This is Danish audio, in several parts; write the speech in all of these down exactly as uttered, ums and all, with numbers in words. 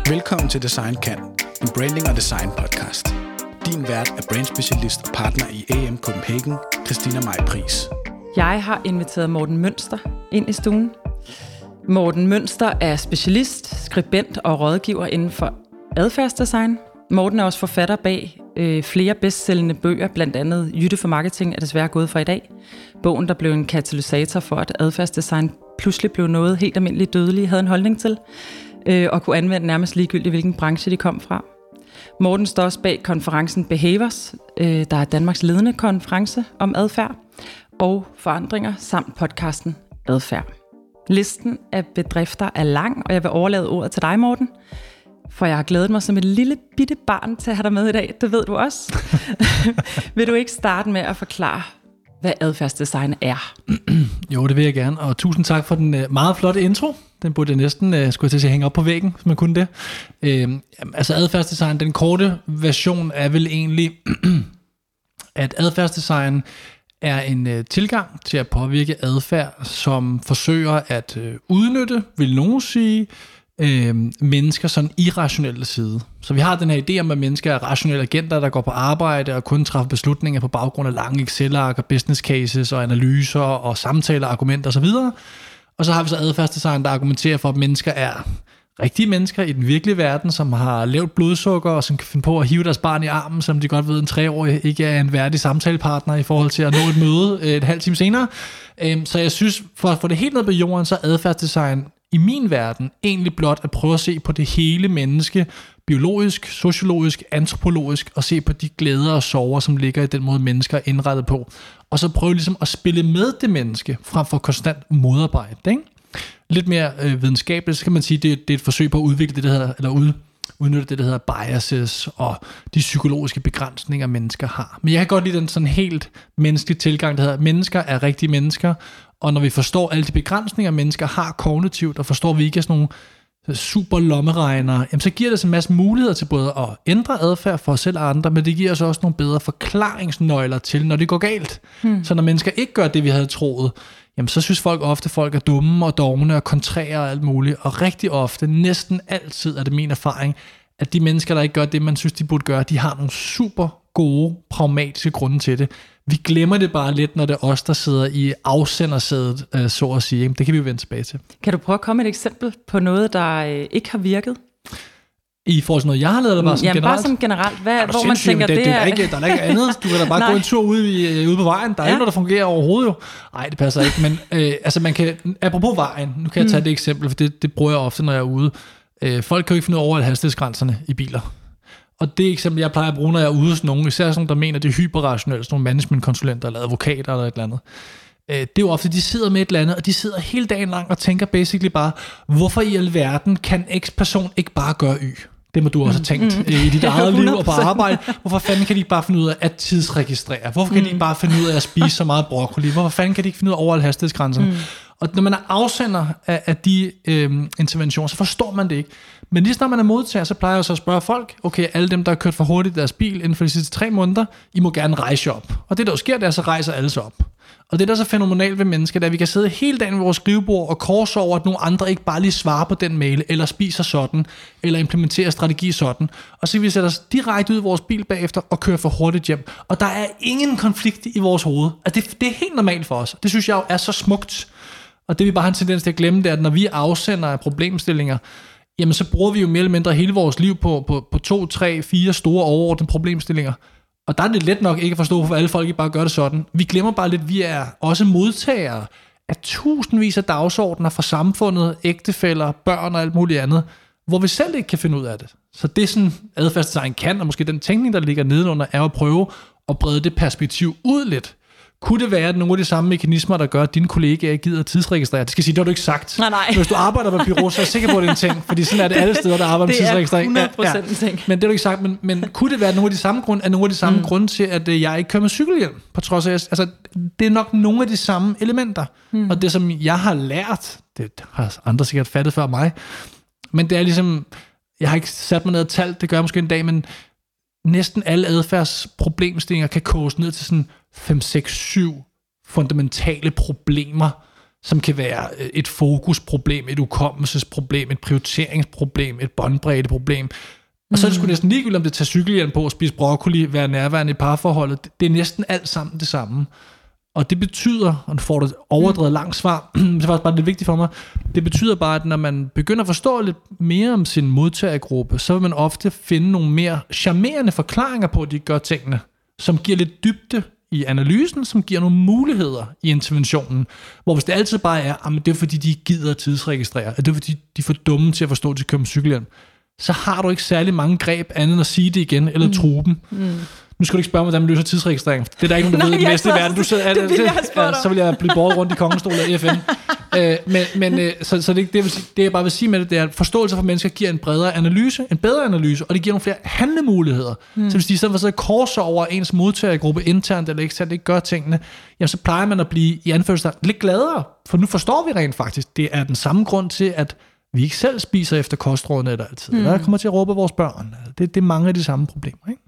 Velkommen til Design Kan, en branding og design podcast. Din vært er brandspecialist og partner i A M Copenhagen, Christina Maj Pris. Jeg har inviteret Morten Mønster ind i stuen. Morten Mønster er specialist, skribent og rådgiver inden for adfærdsdesign. Morten er også forfatter bag øh, flere bestsellende bøger, blandt andet Jytte for Marketing er desværre gået fra i dag. Bogen, der blev en katalysator for, at adfærdsdesign pludselig blev noget helt almindeligt dødelige havde en holdning til, øh, og kunne anvende nærmest ligegyldigt, hvilken branche de kom fra. Morten står også bag konferencen Behaviors, øh, der er Danmarks ledende konference om adfærd og forandringer, samt podcasten Adfærd. Listen af bedrifter er lang, og jeg vil overlade ordet til dig, Morten. For jeg har glædet mig som et lille bitte barn til at have dig med i dag. Det ved du også. Vil du ikke starte med at forklare, hvad adfærdsdesign er? Jo, det vil jeg gerne. Og tusind tak for den meget flotte intro. Den burde jeg næsten, uh, skulle jeg til at sige, hænge op på væggen, hvis man kunne det. Uh, altså adfærdsdesign, den korte version er vel egentlig, at adfærdsdesign er en uh, tilgang til at påvirke adfærd, som forsøger at uh, udnytte, vil nogen sige, Øh, mennesker sådan irrationelle side. Så vi har den her idé om, at mennesker er rationelle agenter, der går på arbejde og kun træffer beslutninger på baggrund af lange Excel-ark og business cases og analyser og samtaler, argumenter osv. Og så har vi så adfærdsdesign, der argumenterer for, at mennesker er rigtige mennesker i den virkelige verden, som har lavt blodsukker og som kan finde på at hive deres barn i armen, som de godt ved, en treårig ikke er en værdig samtalepartner i forhold til at nå et møde et halvt time senere. Øh, så jeg synes, for at få det helt ned på jorden, så er adfærdsdesign i min verden egentlig blot at prøve at se på det hele menneske, biologisk, sociologisk, antropologisk, og se på de glæder og sorger, som ligger i den måde, mennesker er indrettet på. Og så prøve ligesom at spille med det menneske, frem for konstant modarbejde. Ikke? Lidt mere øh, videnskabeligt, så kan man sige, det, det er et forsøg på at udvikle det, der hedder, eller ud, udnytte det, der hedder biases, og de psykologiske begrænsninger, mennesker har. Men jeg kan godt lide den sådan helt menneskelige tilgang, der hedder, mennesker er rigtige mennesker, og når vi forstår alle de begrænsninger, mennesker har kognitivt, og forstår, at vi ikke er sådan nogle super lommeregnere, jamen så giver det os en masse muligheder til både at ændre adfærd for os selv og andre, men det giver os også nogle bedre forklaringsnøgler til, når det går galt. Hmm. Så når mennesker ikke gør det, vi havde troet, jamen så synes folk ofte, at folk er dumme og dovne og kontrære og alt muligt. Og rigtig ofte, næsten altid er det min erfaring, at de mennesker, der ikke gør det, man synes, de burde gøre, de har nogle super gode, pragmatiske grunde til det. Vi glemmer det bare lidt, når det er os, der sidder i afsendersædet, øh, så at sige. Det kan vi jo vende tilbage til. Kan du prøve at komme et eksempel på noget, der øh, ikke har virket? I forhold til noget, jeg har lavet, eller bare som Jamen, generelt? bare som generelt. Hvad, hvor man tænker, det, det, det er... er ikke, der er ikke andet. Du kan da bare gå en tur ude, i, ude på vejen. Der er ja. ikke noget, der fungerer overhovedet jo. Nej, det passer ikke. Men øh, altså man kan, apropos vejen, nu kan jeg tage mm. det eksempel, for det, det bruger jeg ofte, når jeg er ude. Øh, folk kan jo ikke finde ud af over hastighedsgrænserne i biler. Og det eksempel, jeg plejer at bruge, når jeg er ude hos nogen, især sådan, der mener, det er hyperrationelt, sådan nogle managementkonsulenter eller advokater eller et eller andet. Det er jo ofte, de sidder med et eller andet, og de sidder hele dagen lang og tænker basically bare, hvorfor i alverden kan X person ikke bare gøre Y? Det må du også have tænkt mm. i dit eget liv og på arbejde. Hvorfor fanden kan de ikke bare finde ud af at tidsregistrere? Hvorfor kan mm. de ikke bare finde ud af at spise så meget broccoli? Hvorfor fanden kan de ikke finde ud af over alle hastighedsgrænserne? Mm. Og når man er afsender af, af de øhm, interventioner, så forstår man det ikke. Men lige snart man er modtager, så plejer jeg så at spørge folk, okay, alle dem, der har kørt for hurtigt i deres bil inden for de sidste tre måneder, I må gerne rejse op. Og det, der jo sker, det er, så rejser alle sig op. Og det, der er så fænomenalt ved mennesker, det er, at vi kan sidde hele dagen ved vores skrivebord og korse over, at nogle andre ikke bare lige svarer på den mail, eller spiser sådan, eller implementerer strategi sådan. Og så vi sætter os direkte ud i vores bil bagefter og kører for hurtigt hjem. Og der er ingen konflikt i vores hoved. Altså, det, det er helt normalt for os. Det synes jeg jo er så smukt. Og det vi bare har en tendens til at glemme, det er, at når vi afsender af problemstillinger, jamen så bruger vi jo mere eller mindre hele vores liv på, på, på to, tre, fire store overordnede problemstillinger. Og der er det let nok ikke at forstå, hvorfor alle folk ikke bare gør det sådan. Vi glemmer bare lidt, at vi er også modtagere af tusindvis af dagsordner fra samfundet, ægtefæller, børn og alt muligt andet, hvor vi selv ikke kan finde ud af det. Så det er sådan, adfærdsdesign kan, og måske den tænkning, der ligger nedenunder, er at prøve at brede det perspektiv ud lidt. Kunne det være, at nogle af de samme mekanismer, der gør, at dine kollegaer ikke gider tidsregistrere? Det skal sige, det har du ikke sagt. Nej, nej. Hvis du arbejder på bureau, så er jeg sikker på, at det er en ting. Fordi sådan er det alle steder, der arbejder med tidsregistrering. Det er hundrede procent en ting. Men det har du ikke sagt. Men, men kunne det være nogle af de samme grunde, er nogle af de samme mm. grunde til, at jeg ikke kører med cykelhjelm? På trods af, altså, det er nok nogle af de samme elementer. Mm. Og det, som jeg har lært, det har andre sikkert fattet før mig, men det er ligesom, jeg har ikke sat mig ned og talt, det gør jeg måske en dag, men næsten alle adfærdsproblemstillinger kan koges ned til sådan fem, seks, syv fundamentale problemer, som kan være et fokusproblem, et ukommelsesproblem, et prioriteringsproblem, et båndbreddeproblem. Og så er det sgu næsten ligegyldigt, om det tager cykelhjelm på, spise broccoli, være nærværende i parforholdet. Det er næsten alt sammen det samme. Og det betyder, og nu får du et overdrevet langt svar, det er faktisk bare det vigtige for mig, det betyder bare, at når man begynder at forstå lidt mere om sin modtagergruppe, så vil man ofte finde nogle mere charmerende forklaringer på, at de gør tingene, som giver lidt dybde i analysen, som giver nogle muligheder i interventionen. Hvor hvis det altid bare er, at det er fordi, de gider at tidsregistrere, at det er fordi, de er for dumme til at forstå, at de kører med cykelhjelm, så har du ikke særlig mange greb andet end at sige det igen, eller mm. true dem. Mm. Nu skal du ikke spørge mig, hvordan man løser tidsregistrering. Det er der ikke nogen, der ved i den næste verden. Du sidder, det vil jeg spørge dig. Så vil jeg blive båret rundt i kongestolen af F N. øh, men men øh, så, så det, det, vil sige, det, jeg bare vil sige med det, det er, at forståelse for mennesker giver en bredere analyse, en bedre analyse, og det giver nogle flere handlemuligheder. Mm. Så hvis de i stedet for at sidde korser over ens modtagergruppe internt eller eksternt, ikke gør tingene, jamen, så plejer man at blive i anførselstegn lidt gladere. For nu forstår vi rent faktisk, det er den samme grund til, at vi ikke selv spiser efter kostrådene eller altid. Mm. Der kommer til at råbe vores børn. Det, det er mange af de samme problemer, ikke?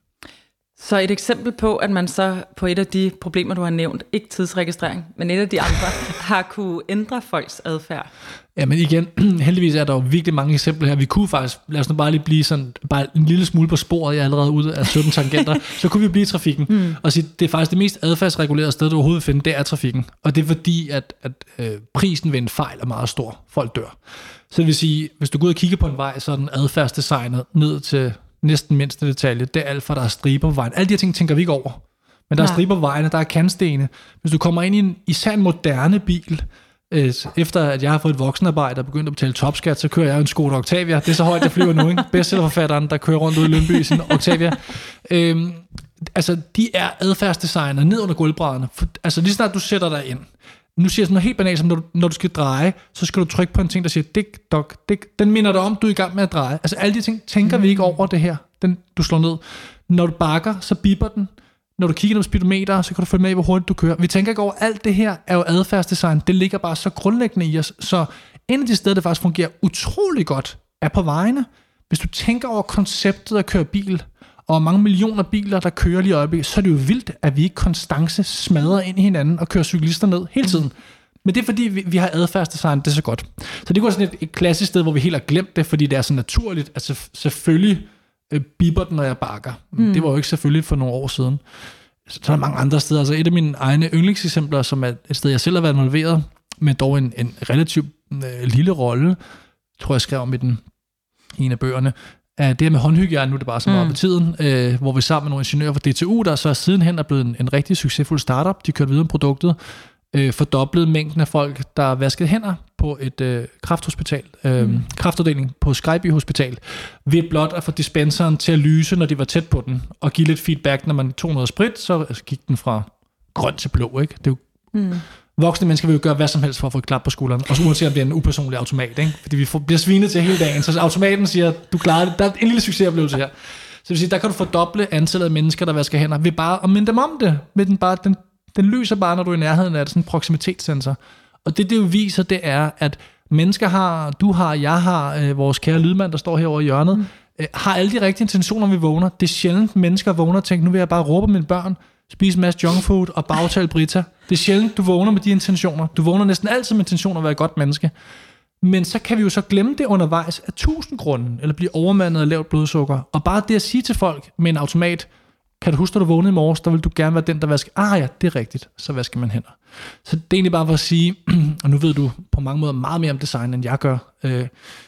Så et eksempel på, at man så på et af de problemer, du har nævnt, ikke tidsregistrering, men et af de andre, har kunne ændre folks adfærd. Ja, men igen, heldigvis er der jo virkelig mange eksempler her. Vi kunne faktisk, lad os nu bare lige blive sådan, bare en lille smule på sporet, jeg er allerede ude af sytten tangenter, så kunne vi blive i trafikken. Mm. Og sige, det er faktisk det mest adfærdsregulerede sted, du overhovedet finder, det er trafikken. Og det er fordi, at, at øh, prisen ved en fejl er meget stor. Folk dør. Så det vil sige, hvis du går ud og kigger på en vej, så er den adfærdsdesignet ned til næsten mindste detalje. Det er alt for, der er striber på vejen. Alle de her ting tænker vi ikke over. Men der ja. er striber på vejene, der er kantstene. Hvis du kommer ind i en især en moderne bil, øh, efter at jeg har fået et voksenarbejde og begyndt at betale topskat, så kører jeg en Skoda Octavia. Det er så højt, der flyver nu, ikke? Bestsellerforfatteren, der kører rundt ude i Lyngby i sin Octavia. Øhm, altså, de er adfærdsdesignet ned under gulvbrædderne. Altså, lige snart du sætter dig ind. Nu siger jeg sådan noget helt banalt, som når du, når du skal dreje, så skal du trykke på en ting, der siger, dik, dok, dik. Den minder dig om, du er i gang med at dreje. Altså alle de ting, tænker mm. vi ikke over det her, den du slår ned. Når du bakker, så bipper den. Når du kigger på speedometer, så kan du følge med i, hvor hurtigt du kører. Vi tænker ikke over, alt det her er jo adfærdsdesign. Det ligger bare så grundlæggende i os. Så en af de steder, der faktisk fungerer utrolig godt, er på vejene. Hvis du tænker over konceptet at køre bil, og mange millioner biler, der kører lige i øjeblikket, så er det jo vildt, at vi ikke konstance smadrer ind i hinanden og kører cyklister ned hele tiden. Men det er fordi, vi, vi har adfærdsdesign, det er så godt. Så det går sådan et, et klassisk sted, hvor vi helt har glemt det, fordi det er så naturligt, at selv, selvfølgelig øh, bipper den, når jeg bakker. Mm. Det var jo ikke selvfølgelig for nogle år siden. Så der er mange andre steder. Altså et af mine egne yndlingseksempler, som er et sted, jeg selv har været involveret, med dog en, en relativt øh, lille rolle, tror jeg skrev om i den en af bøgerne. Det her med håndhygiejne, nu er det bare så meget mm. på tiden, øh, hvor vi sammen med nogle ingeniører fra D T U, der så sidenhen er blevet en, en rigtig succesfuld startup. De kørte videre med produktet, øh, fordoblet mængden af folk, der vaskede hænder på et øh, kræfthospital, øh, mm. kræftafdeling på Skyby Hospital, ved blot at få dispenseren til at lyse, når de var tæt på den, og give lidt feedback, når man tog noget sprit, så gik den fra grøn til blå, ikke? Det er jo mm. Voksne mennesker vil jo gøre hvad som helst for at få et klap på skulderen, og så uanset om det er en upersonlig automat, ikke? Fordi vi får, bliver svinet til hele dagen, så automaten siger, du klarede det. Der er en lille succesoplevelse her. Så det vil sige, der kan du fordoble antallet af mennesker, der vasker hænder, ved bare at minde dem om det. Med den, bare, den, den lyser bare, når du er i nærheden af det, sådan en proximitetssensor. Og det, det jo viser, det er, at mennesker har, du har, jeg har, øh, vores kære lydmand, der står herovre i hjørnet, mm. øh, har alle de rigtige intentioner, vi vågner. Det er sjældent, mennesker vågner og tænker, nu vil jeg bare råbe mine børn, spise en masse junkfood og bagtale Brita. Det er sjældent, du vågner med de intentioner. Du vågner næsten altid med intentioner at være et godt menneske. Men så kan vi jo så glemme det undervejs af tusind grunde, eller blive overmandet af lavt blodsukker. Og bare det at sige til folk med en automat, kan du huske, at du vågnede i morges, der vil du gerne være den, der vasker. Ah ja, det er rigtigt, så vasker man hænder. Så det er egentlig bare for at sige, og nu ved du på mange måder meget mere om design, end jeg gør, øh,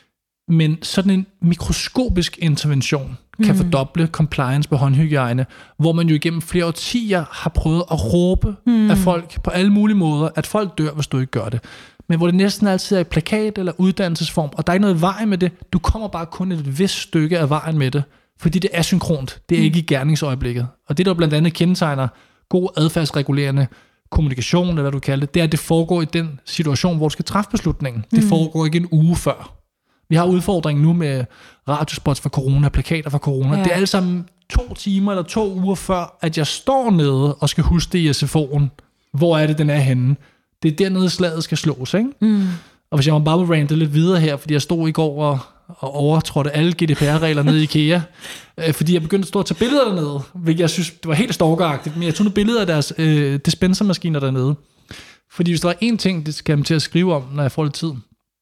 men sådan en mikroskopisk intervention kan mm. fordoble compliance på håndhygiejne, hvor man jo igennem flere årtier har prøvet at råbe mm. af folk på alle mulige måder, at folk dør, hvis du ikke gør det. Men hvor det næsten altid er et plakat eller uddannelsesform, og der er ikke noget vej med det. Du kommer bare kun et vist stykke af vejen med det, fordi det er synkront. Det er mm. ikke i gerningsøjeblikket. Og det, der blandt andet kendetegner god adfærdsregulerende kommunikation, eller hvad du kalder det, det er, at det foregår i den situation, hvor du skal træffe beslutningen. Det mm. foregår ikke en uge før. Vi har udfordringen nu med radiospots for corona, plakater for corona. Ja. Det er alle sammen to timer eller to uger før, at jeg står nede og skal huske det i S F O'en. Hvor er det, den er henne? Det er dernede, slaget skal slås, ikke? Mm. Og hvis jeg må bare rante lidt videre her, fordi jeg stod i går og, og overtrådte alle G D P R-regler nede i IKEA, øh, fordi jeg begyndte at stå og tage billeder dernede, hvilket jeg synes, det var helt stalkeragtigt, men jeg tog nogle billeder af deres øh, dispensermaskiner dernede. Fordi hvis der var én ting, det skal jeg til at skrive om, når jeg får lidt tid.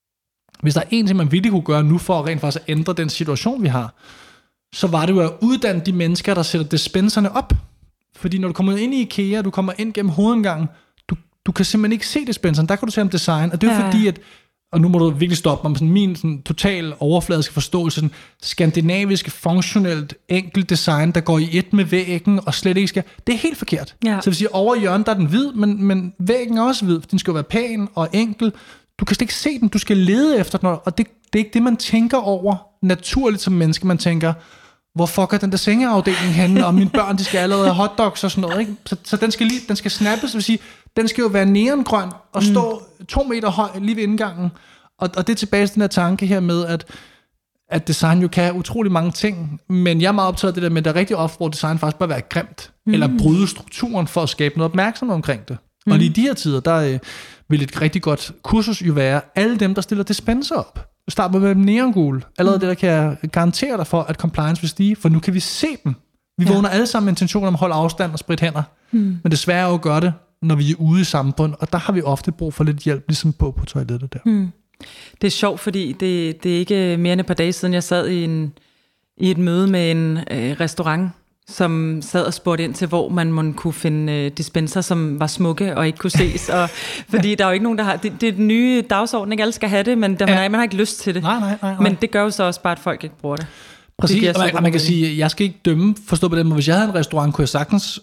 Hvis der er én ting, man virkelig kunne gøre nu for at rent faktisk at ændre den situation, vi har, så var det jo at uddanne de mennesker, der sætter dispenserne op. Fordi når du kommer ind i IKEA, du kommer ind gennem hovedindgangen, du, du kan simpelthen ikke se dispenseren. Der kan du se om design, og det er jo ja. fordi, at og nu må du virkelig stoppe mig med sådan min sådan, total overfladiske forståelse, sådan skandinavisk, funktionelt, enkelt design, der går i et med væggen, og slet ikke skal... Det er helt forkert. Ja. Så vil sige, over i hjørnet, der er den hvid, men, men væggen er også hvid. Den skal jo være pæn og enkel. Du kan slet ikke se den, du skal lede efter den, og det, det er ikke det, man tænker over naturligt som menneske. Man tænker, hvor fuck er den der sengeafdeling henne, og mine børn, de skal allerede have hotdogs og sådan noget. Ikke? Så, så den skal lige, den skal snappes, det vil sige, den skal jo være neongrøn og stå mm. to meter høj lige ved indgangen. Og, og det er tilbage til den her tanke her med, at, at design jo kan utrolig mange ting, men jeg er meget optaget af det der med, at der er rigtig ofte, hvor design faktisk bare være grimt, mm. eller bryde strukturen for at skabe noget opmærksomhed omkring det. Mm. Og lige i de her tider, der øh, vil et rigtig godt kursus jo være, alle dem, der stiller dispenser op. Start med neongul. Allerede mm. det, der kan jeg garantere dig for, at compliance vil stige, for nu kan vi se dem. Vi ja. vågner alle sammen med intention om at holde afstand og spritte hænder. Mm. Men desværre er jo at gøre det, når vi er ude i samfundet, og der har vi ofte brug for lidt hjælp, ligesom på, på toilettet der. Mm. Det er sjovt, fordi det, det er ikke mere end et par dage siden, jeg sad i, en, i et møde med en øh, restaurant, som sad og spurgte ind til, hvor man må kunne finde øh, dispenser, som var smukke og ikke kunne ses. Og, fordi der er jo ikke nogen, der har... Det, det er den nye dagsorden, ikke alle skal have det, men der, ja. man, man har ikke lyst til det. Nej, nej, nej, nej. Men det gør jo så også bare, at folk ikke bruger det. Præcis, det og man, man kan sige, jeg skal ikke dømme, forstå på den måde. Hvis jeg havde en restaurant, kunne jeg sagtens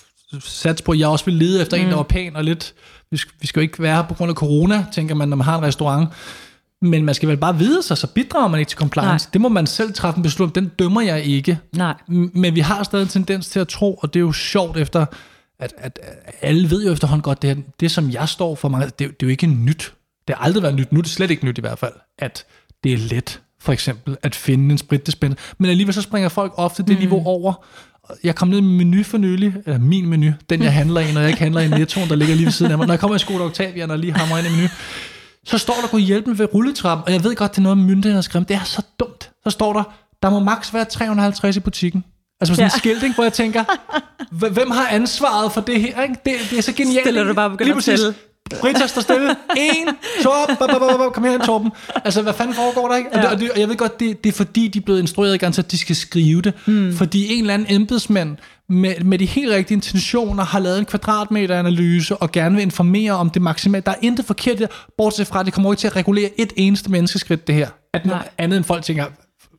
satse på, at jeg også ville lede efter mm. en, der var pæn og lidt... Vi skal, vi skal jo ikke være her på grund af corona, tænker man, når man har en restaurant. Men man skal vel bare vide sig, så bidrager man ikke til compliance. Nej. Det må man selv træffe en beslutning. Den dømmer jeg ikke. Nej. Men vi har stadig en tendens til at tro, og det er jo sjovt efter, at, at alle ved jo efterhånden godt, det, her, det som jeg står for mange, det, det er jo ikke nyt. Det har aldrig været nyt. Nu er det slet ikke nyt i hvert fald, at det er let, for eksempel, at finde en spritdispenser. Men alligevel så springer folk ofte det mm. niveau over. Jeg kom ned i min menu for nylig, eller min menu, den jeg handler i, når jeg ikke handler i Nettoen, der ligger lige ved siden af mig. Når jeg kommer i Skoda Octavia, og lige hammer ind i menu, så står der, kunne hjælpe ved rulletrappen, og jeg ved godt, det er noget, myndigheden har skrevet. Det er så dumt. Så står der, der må maks være tre hundrede og halvtreds i butikken. Altså sådan ja. en skilt, ikke, hvor jeg tænker, hvem har ansvaret for det her? Ikke? Det, det er så genialt. Stiller du bare begyndt at tælle? Rita står stille. En, to, kom her, Torben. Altså, hvad fanden foregår der, ikke? Ja. Og, det, og, det, og jeg ved godt, det, det er fordi, de er blevet instrueret ganske, at de skal skrive det. Hmm. Fordi en eller anden embedsmand med, med de helt rigtige intentioner har lavet en kvadratmeteranalyse og gerne vil informere om det maksimalt. Der er intet forkert der, bortset fra, at det kommer ikke til at regulere et eneste menneskeskridt, det her. At noget andet end folk tænker,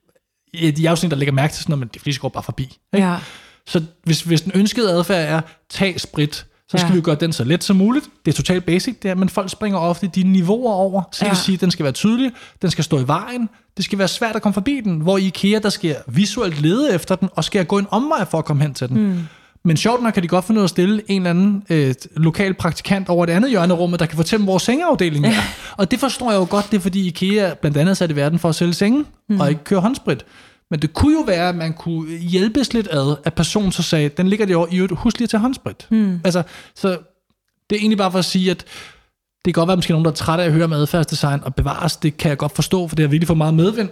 de afsnit, der lægger mærke til sådan noget, men de fleste går bare forbi. Ikke? Ja. Så hvis, hvis den ønskede adfærd er, tag sprit, så skal ja. vi gøre den så let som muligt. Det er totalt basic, det er, men folk springer ofte de niveauer over. Så det ja. vil sige, at den skal være tydelig, den skal stå i vejen, det skal være svært at komme forbi den, hvor i IKEA, der skal jeg visuelt lede efter den, og skal jeg gå en omvej for at komme hen til den. Mm. Men sjovt nok kan de godt finde ud af at stille en eller anden øh, lokal praktikant over et andet hjørne af rummet, der kan fortælle, hvor sengeafdelingen er. Ja. Og det forstår jeg jo godt, det er fordi IKEA blandt andet er sat i verden for at sælge senge, mm. og ikke køre håndsprit. Men det kunne jo være, at man kunne hjælpes lidt ad, at personen så sagde, den ligger derovre, i husk lige til håndsprit. Mm. Altså, så det er egentlig bare for at sige, at det kan godt være, at måske nogen, der er trætte af at høre om adfærdsdesign og bevares, det kan jeg godt forstå, for det har virkelig fået meget medvind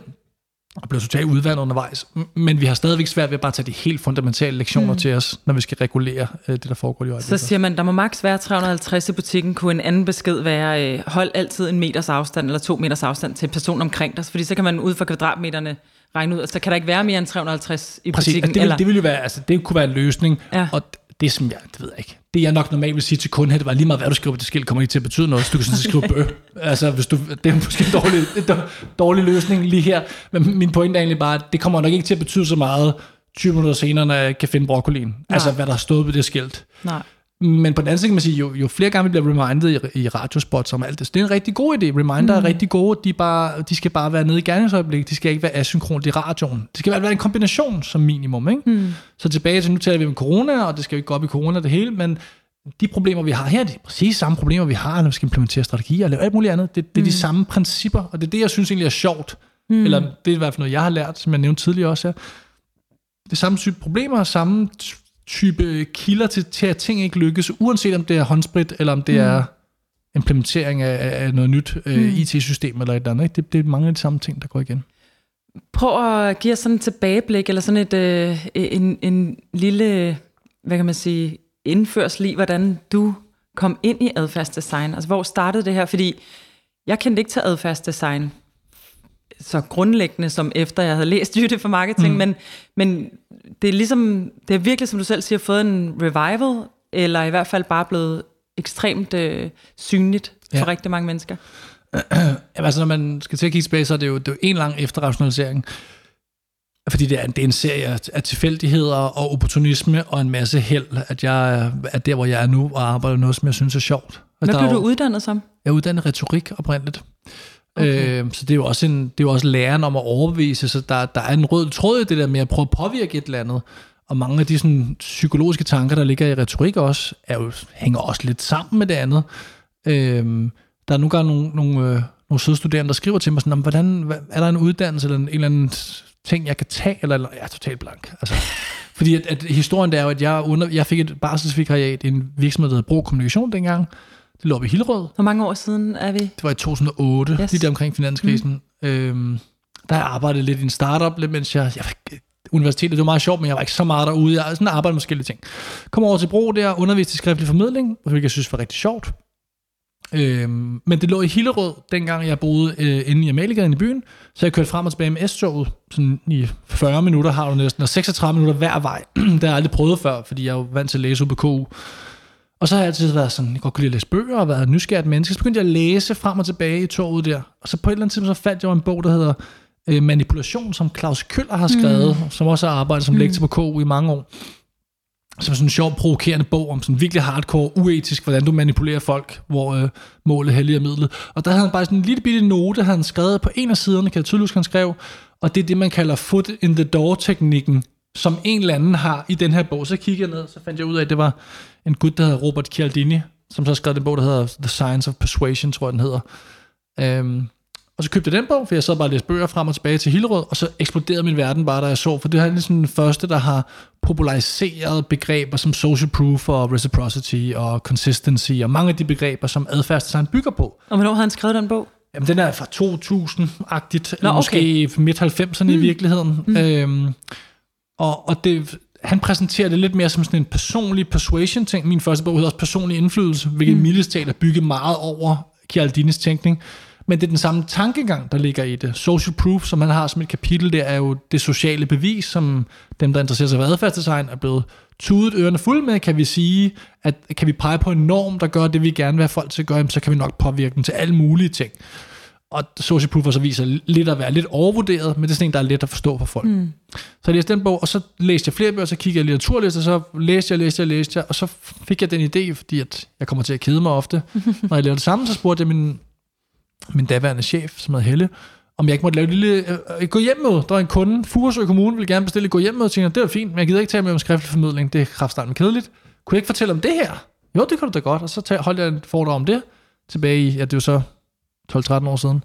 og blevet totalt udvandet undervejs. Men vi har stadigvæk svært ved at bare tage de helt fundamentale lektioner mm. til os, når vi skal regulere øh, det, der foregår i øjeblikket. Så siger man, der må maks være tre hundrede og halvtreds i butikken, kunne en anden besked være, øh, hold altid en meters afstand eller to meters afstand til personen omkring dig, fordi så kan man ud fra kvadratmeterne regne ud, så kan der ikke være mere end tre hundrede og halvtreds i Præcis, butikken. Det, vil, det vil jo være, altså det kunne være en løsning, ja. og det som jeg, det ved jeg ikke, det jeg nok normalt vil sige til kunden her, det var lige meget, hvad du skriver på det skilt, kommer ikke til at betyde noget, så du kan sådan skrive bøh. Altså, hvis du, det er måske en dårlig, en dårlig løsning lige her, men min pointe er egentlig bare, at det kommer nok ikke til at betyde så meget tyve minutter senere, når jeg kan finde broccolien. Altså, hvad der har stået på det skilt. Nej. Men på den anden side kan man sige, jo, jo flere gange vi bliver reminded i, i radiospots om alt det, det er en rigtig god idé. Reminder mm. er rigtig gode, de, bare, de skal bare være nede i gerningsøjeblik, de skal ikke være asynkront i radioen. Det skal være en kombination som minimum. Ikke? Mm. Så tilbage til, nu taler vi om corona, og det skal jo ikke gå op i corona det hele, men de problemer, vi har her, det er præcis samme problemer, vi har, når vi skal implementere strategier og lave alt muligt andet. Det, det er mm. de samme principper, og det er det, jeg synes egentlig er sjovt. Mm. Eller det er i hvert fald noget, jeg har lært, som jeg nævnte tidligere også her. Det er samme type problemer, samme type kilder til, til, at ting ikke lykkes, uanset om det er håndsprit, eller om det mm. er implementering af, af noget nyt mm. uh, I T-system, eller et eller andet. Ikke? Det, det er mange af de samme ting, der går igen. Prøv at give os sådan et tilbageblik, eller sådan et, øh, en, en lille, hvad kan man sige, indførsel i, hvordan du kom ind i adfærdsdesign? Altså, hvor startede det her? Fordi jeg kendte ikke til adfærdsdesign så grundlæggende, som efter jeg havde læst Jytte for marketing, mm. men, men det er ligesom, det er virkelig, som du selv siger, fået en revival, eller i hvert fald bare blevet ekstremt øh, synligt for ja. rigtig mange mennesker. Jamen, altså, når man skal til at kigge tilbage, så er det jo, det er jo en lang efterrationalisering. Fordi det er, det er en serie af tilfældigheder og opportunisme og en masse held, at jeg er der, hvor jeg er nu, og arbejder noget, som jeg synes er sjovt. Hvad blev du uddannet som? Jeg er uddannet retorik oprindeligt. Okay. Øh, så det er jo også en, det er jo også læren om at overbevise, så der, der er en rød tråd i det der med at prøve at påvirke et eller andet. Og mange af de sådan, psykologiske tanker, der ligger i retorik også, er jo, hænger også lidt sammen med det andet. Øh, der er nogle gange nogle, nogle, øh, nogle søde studerende, der skriver til mig sådan, hvordan, er der en uddannelse eller en, en eller anden ting, jeg kan tage, eller, eller jeg er totalt blank. Altså, fordi at, at historien der er jo, at jeg, under, jeg fik et barselsvikariat i en virksomhed, der hedder Bro Kommunikation dengang. Det lå op i Hillerød. Hvor mange år siden er vi? Det var i to tusind og otte, yes. lige der omkring finanskrisen. Mm. Øhm, der har jeg arbejdet lidt i en startup, lidt mens jeg, jeg universitetet, det var meget sjovt, men jeg var ikke så meget derude. Jeg har sådan arbejdet med forskellige ting. Kom over til Bro der, underviste i skriftlig formidling, hvilket jeg synes var rigtig sjovt. Øhm, men det lå i Hillerød, dengang jeg boede øh, inde i Amaliegade i byen, så jeg kørte frem og tilbage med S-toget, sådan i fyrre minutter har du næsten, og seksogtredive minutter hver vej. Det har jeg aldrig prøvet før, fordi jeg er jo vant til at læse ude på K U. Og så har jeg altid været sådan, jeg godt kunne lide at læse bøger og været nysgerrigt menneske. Så begyndte jeg at læse frem og tilbage i toget der. Og så på et eller andet tidspunkt, så fandt jeg en bog, der hedder øh, Manipulation, som Claus Køller har skrevet, mm. som også har arbejdet som mm. lektor på K U i mange år. Som sådan en sjov, provokerende bog om sådan virkelig hardcore, uetisk, hvordan du manipulerer folk, hvor øh, målet helliger midlet. Og der havde han bare sådan en lille bitte note, han skrevet på en af siderne, kan jeg tydeligt han skrev, og det er det, man kalder foot in the door-teknikken, som en eller anden har i den her bog. Så kiggede jeg ned, så fandt jeg ud af, at det var en gut, der hedder Robert Cialdini, som så skrev den bog, der hedder The Science of Persuasion, tror jeg, den hedder. Øhm, og så købte jeg den bog, for jeg sad bare og læste bøger frem og tilbage til Hillerød, og så eksploderede min verden bare, da jeg så, for det er ligesom den første, der har populariseret begreber som social proof og reciprocity og consistency, og mange af de begreber, som adfærdsdesign bygger på. Og hvornår har han skrevet den bog? Jamen, den er fra to tusind-agtigt, eller okay. måske midt halvfemserne mm. i virkeligheden. Mm. Øhm, og, og det... Han præsenterer det lidt mere som sådan en personlig persuasion-ting. Min første bog hedder også personlig indflydelse, hvilket mm. mildest talt er bygget meget over Cialdinis tænkning. Men det er den samme tankegang, der ligger i det. Social proof, som han har som et kapitel, det er jo det sociale bevis, som dem, der interesserer sig for adfærdsdesign, er blevet tudet ørerne fuld med. Kan vi sige, at kan vi pege på en norm, der gør det, vi gerne vil have folk til at gøre, så kan vi nok påvirke dem til alle mulige ting. Og social proof så viser lidt at være lidt overvurderet, men det er sådan en, der er let at forstå for folk. Mm. Så jeg læste den bog, og så læste jeg flere bøger, så kiggede jeg litteraturlister, så læste jeg, læste jeg, læste jeg, og så fik jeg den idé, fordi at jeg kommer til at kede mig ofte. Når jeg laver det samme, så spurgte jeg min, min daværende chef, som hedder Helle, om jeg ikke måtte lave et lille øh, gå hjem med. Der var en kunde, Furesø Kommune, ville gerne bestille et gå hjem med, og tænkte, det var fint, men jeg gider ikke tale med om skriftlig formidling, det er kraftstart kedeligt. Kunne jeg ikke fortælle om det her? Jo, det kunne du da godt, og så holdt jeg et foredrag om det, tilbage i, ja, det var så tolv tretten år siden.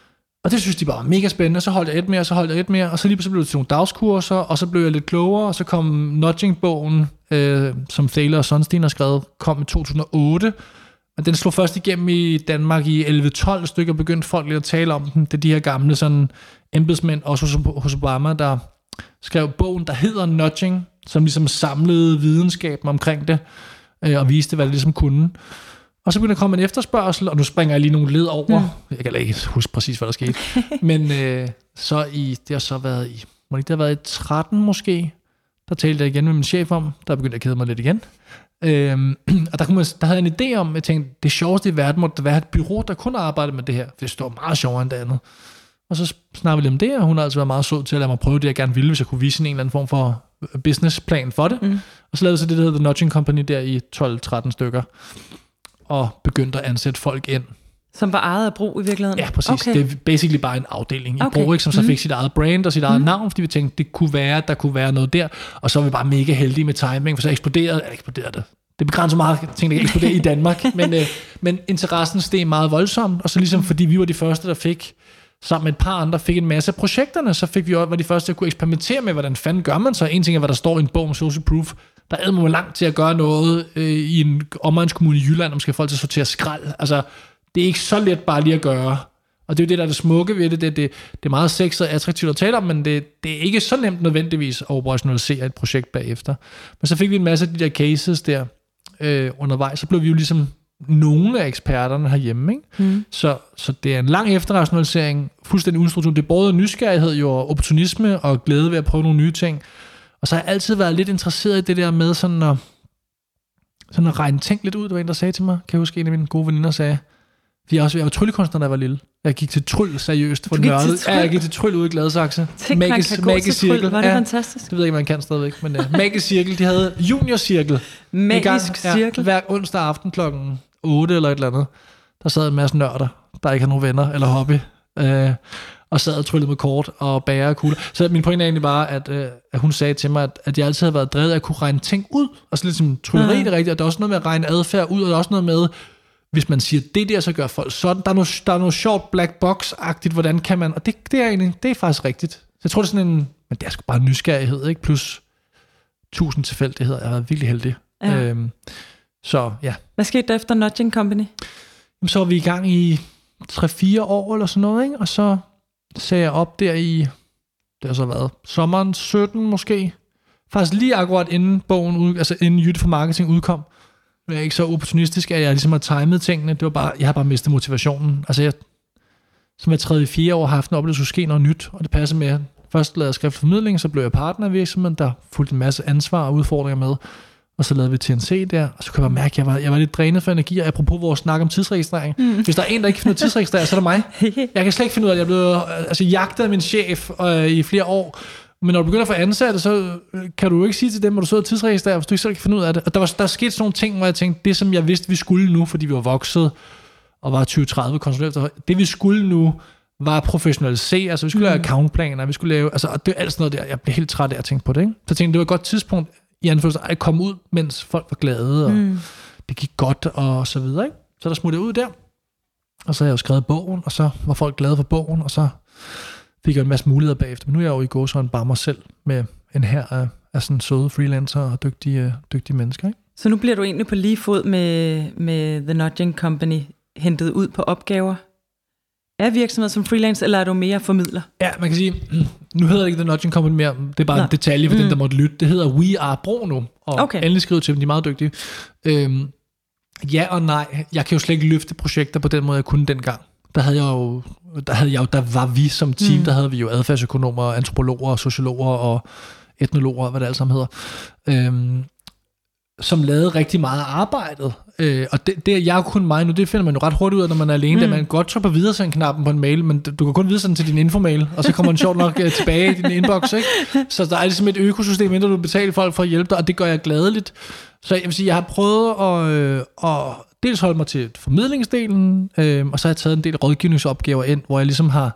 Og det synes de bare var mega spændende. Så holdt jeg et mere, så holdt jeg et mere, og så lige så blev det til nogle dagskurser, og så blev jeg lidt klogere, og så kom Nudging-bogen, øh, som Thaler og Sunstein har skrevet, kom i to tusind og otte. Og den slog først igennem i Danmark i elleve tolv stykker, begyndte folk lidt at tale om den. Det er de her gamle sådan embedsmænd, også hos, hos Obama, der skrev bogen, der hedder Nudging, som ligesom samlede videnskaben omkring det, øh, og viste, hvad det ligesom kunne. Og så begynder der at komme en efterspørgsel, og nu springer jeg lige nogle led over. Mm. Jeg kan ikke huske præcis, hvad der skete. Men øh, så i, det har så været i, må det ikke det har været i tretten måske, der talte jeg igen med min chef om, der begyndte at kede mig lidt igen. Øhm, og der, kunne man, der havde jeg en idé om, jeg tænkte, det sjoveste i verden måtte være et bureau, der kun arbejdede med det her, for det står meget sjovere end det andet. Og så snakkede vi lidt om det, og hun har altså været meget sød til at lade mig prøve det, jeg gerne ville, hvis jeg kunne vise en eller anden form for businessplan for det. Mm. Og så lavede jeg så det, der hedder The Nudging Company der i tolv tretten stykker. Og begyndte at ansætte folk ind. Som var ejet af Bro i virkeligheden? Ja, præcis. Okay. Det er basically bare en afdeling i okay. Bro, ikke, som så fik mm. sit eget brand og sit eget mm. navn, fordi vi tænkte, det kunne være, at der kunne være noget der. Og så var vi bare mega heldige med timing, for så eksploderede, eller eksploderede det. Det begrænser meget, jeg tænkte, at eksplodere i Danmark. men, øh, men interessen steg meget voldsomt, og så ligesom fordi vi var de første, der fik, sammen med et par andre, fik en masse af projekterne, så fik vi også, var de første, der kunne eksperimentere med, hvordan fanden gør man så. En ting er, hvad der står i en bog om social proof. Der er man langt til at gøre noget øh, i en omegnskommune i Jylland, om skal folk til at sortere skrald. Altså, det er ikke så let bare lige at gøre. Og det er jo det, der er det smukke ved det. Det, det, det er meget sexet og attraktivt at tale om, men det, det er ikke så nemt nødvendigvis at operationalisere et projekt bagefter. Men så fik vi en masse af de der cases der øh, undervejs. Så blev vi jo ligesom nogle af eksperterne herhjemme. Ikke? Mm. Så, så det er en lang efterrationalisering, fuldstændig uden struktur. Det er både nysgerrighed jo, og opportunisme og glæde ved at prøve nogle nye ting. Og så har jeg altid været lidt interesseret i det der med sådan at, sådan at regne ting lidt ud. Der var en, der sagde til mig, kan jeg huske, en af mine gode veninder sagde, vi er også, jeg var tryllekunstner, da jeg var lille. Jeg gik til tryl seriøst. For nørdet. Ja, jeg gik til tryl ude i Gladsaxe. Tænk, Magis, man kan gå til tryl. Var det ja, fantastisk? Det ved jeg ikke, man kan stadigvæk. Men uh, Magisk Cirkel, de havde juniorcirkel. Magisk Cirkel? Ja, hver onsdag aften klokken otte eller et eller andet. Der sad en masse nørder, der ikke har nogen venner eller hobby. Uh, og sad og tryllede med kort og bager og kugler. Så min pointe er egentlig bare, at, uh, at hun sagde til mig, at, at jeg altid har været drevet af at kunne regne ting ud. Og så lidt som trylleri, ja. Det rigtigt. Og der er også noget med at regne adfærd ud, og der er også noget med, hvis man siger det der, så gør folk sådan. Der er noget, der er noget sjovt black box-agtigt, hvordan kan man... Og det, det, er egentlig, det er faktisk rigtigt. Så jeg tror, det er sådan en... Men det er sgu bare nysgerrighed, ikke? Plus tusind tilfældigheder. Jeg har været virkelig heldig. Ja. Øhm, så ja. Hvad skete der efter Nudging Company? Jamen, så var vi i gang i tre fire år eller sådan noget, ikke? Og så sagde jeg op der i... Det har så været sommeren sytten måske. Faktisk lige akkurat inden bogen ud, altså inden Jytte for Marketing udkom. Jeg er ikke så opportunistisk, at jeg ligesom har timet tingene. Det var bare, jeg har bare mistet motivationen. Altså jeg, som jeg tredje fire år har haft en oplevelse, at skulle ske noget nyt, og det passer med. Først lavede jeg skriftformidling, så blev jeg partner i virksomheden, der fulgte en masse ansvar og udfordringer med. Og så lavede vi T N C der, og så kunne jeg bare mærke, at jeg var, jeg var lidt drænet for energi, og apropos vores snak om tidsregistrering. Mm. Hvis der er en, der ikke kan finde ud af tidsregistrering, så er det mig. Jeg kan slet ikke finde ud af, at jeg blev altså, jagtet af min chef øh, i flere år. Men når du begynder at få ansatte, så kan du jo ikke sige til dem, at du sidder og tidsregistrerer, hvis du ikke selv kan finde ud af det. Og der var der skete sådan nogle ting, hvor jeg tænkte, det som jeg vidste, vi skulle nu, fordi vi var vokset og var tyve tredive konsulenter, det vi skulle nu, var at professionalisere, altså vi skulle mm. lave accountplaner, vi skulle lave, altså det er alt sådan noget der, jeg blev helt træt af at tænke på det, ikke? Så jeg tænkte, det var et godt tidspunkt, i anførsel, at komme ud, mens folk var glade, og mm. det gik godt, og så videre, ikke? Så der smuttede jeg ud der, og så har jeg jo skrevet bogen, og så var folk glade for bogen, og så fik jeg en masse muligheder bagefter. Men nu er jeg jo i gåsøjne bare mig selv med en her af, af sådan søde freelancer og dygtige, dygtige mennesker. Ikke? Så nu bliver du egentlig på lige fod med, med The Nudging Company hentet ud på opgaver af virksomheder som freelance, eller er du mere formidler? Ja, man kan sige, nu hedder det ikke The Nudging Company mere. Det er bare Nå. en detalje for mm. den, der måtte lytte. Det hedder We Are Bro nu. Og okay. endelig skrive til dem, de er meget dygtige. Øhm, ja og nej. Jeg kan jo slet ikke løfte projekter på den måde, jeg kunne dengang. Der havde jeg jo, der havde jeg jo, der var vi som team, mm. der havde vi jo adfærdsøkonomer, antropologer, sociologer og etnologer, hvad det alt sammen hedder, øhm, som lavede rigtig meget arbejdet. Øh, og det, det, jeg kun mig nu, det finder man jo ret hurtigt ud af, når man er alene, mm. da man godt trykker på videresend-knappen på en mail, men du kan kun videresende til din infomail, og så kommer den sjovt nok tilbage i din inbox, ikke? Så der er ligesom et økosystem, inden du betaler folk for at hjælpe dig, og det gør jeg gladeligt. Så jeg vil sige, jeg har prøvet at, øh, at dels holde mig til formidlingsdelen, øh, og så har jeg taget en del rådgivningsopgaver ind, hvor jeg ligesom har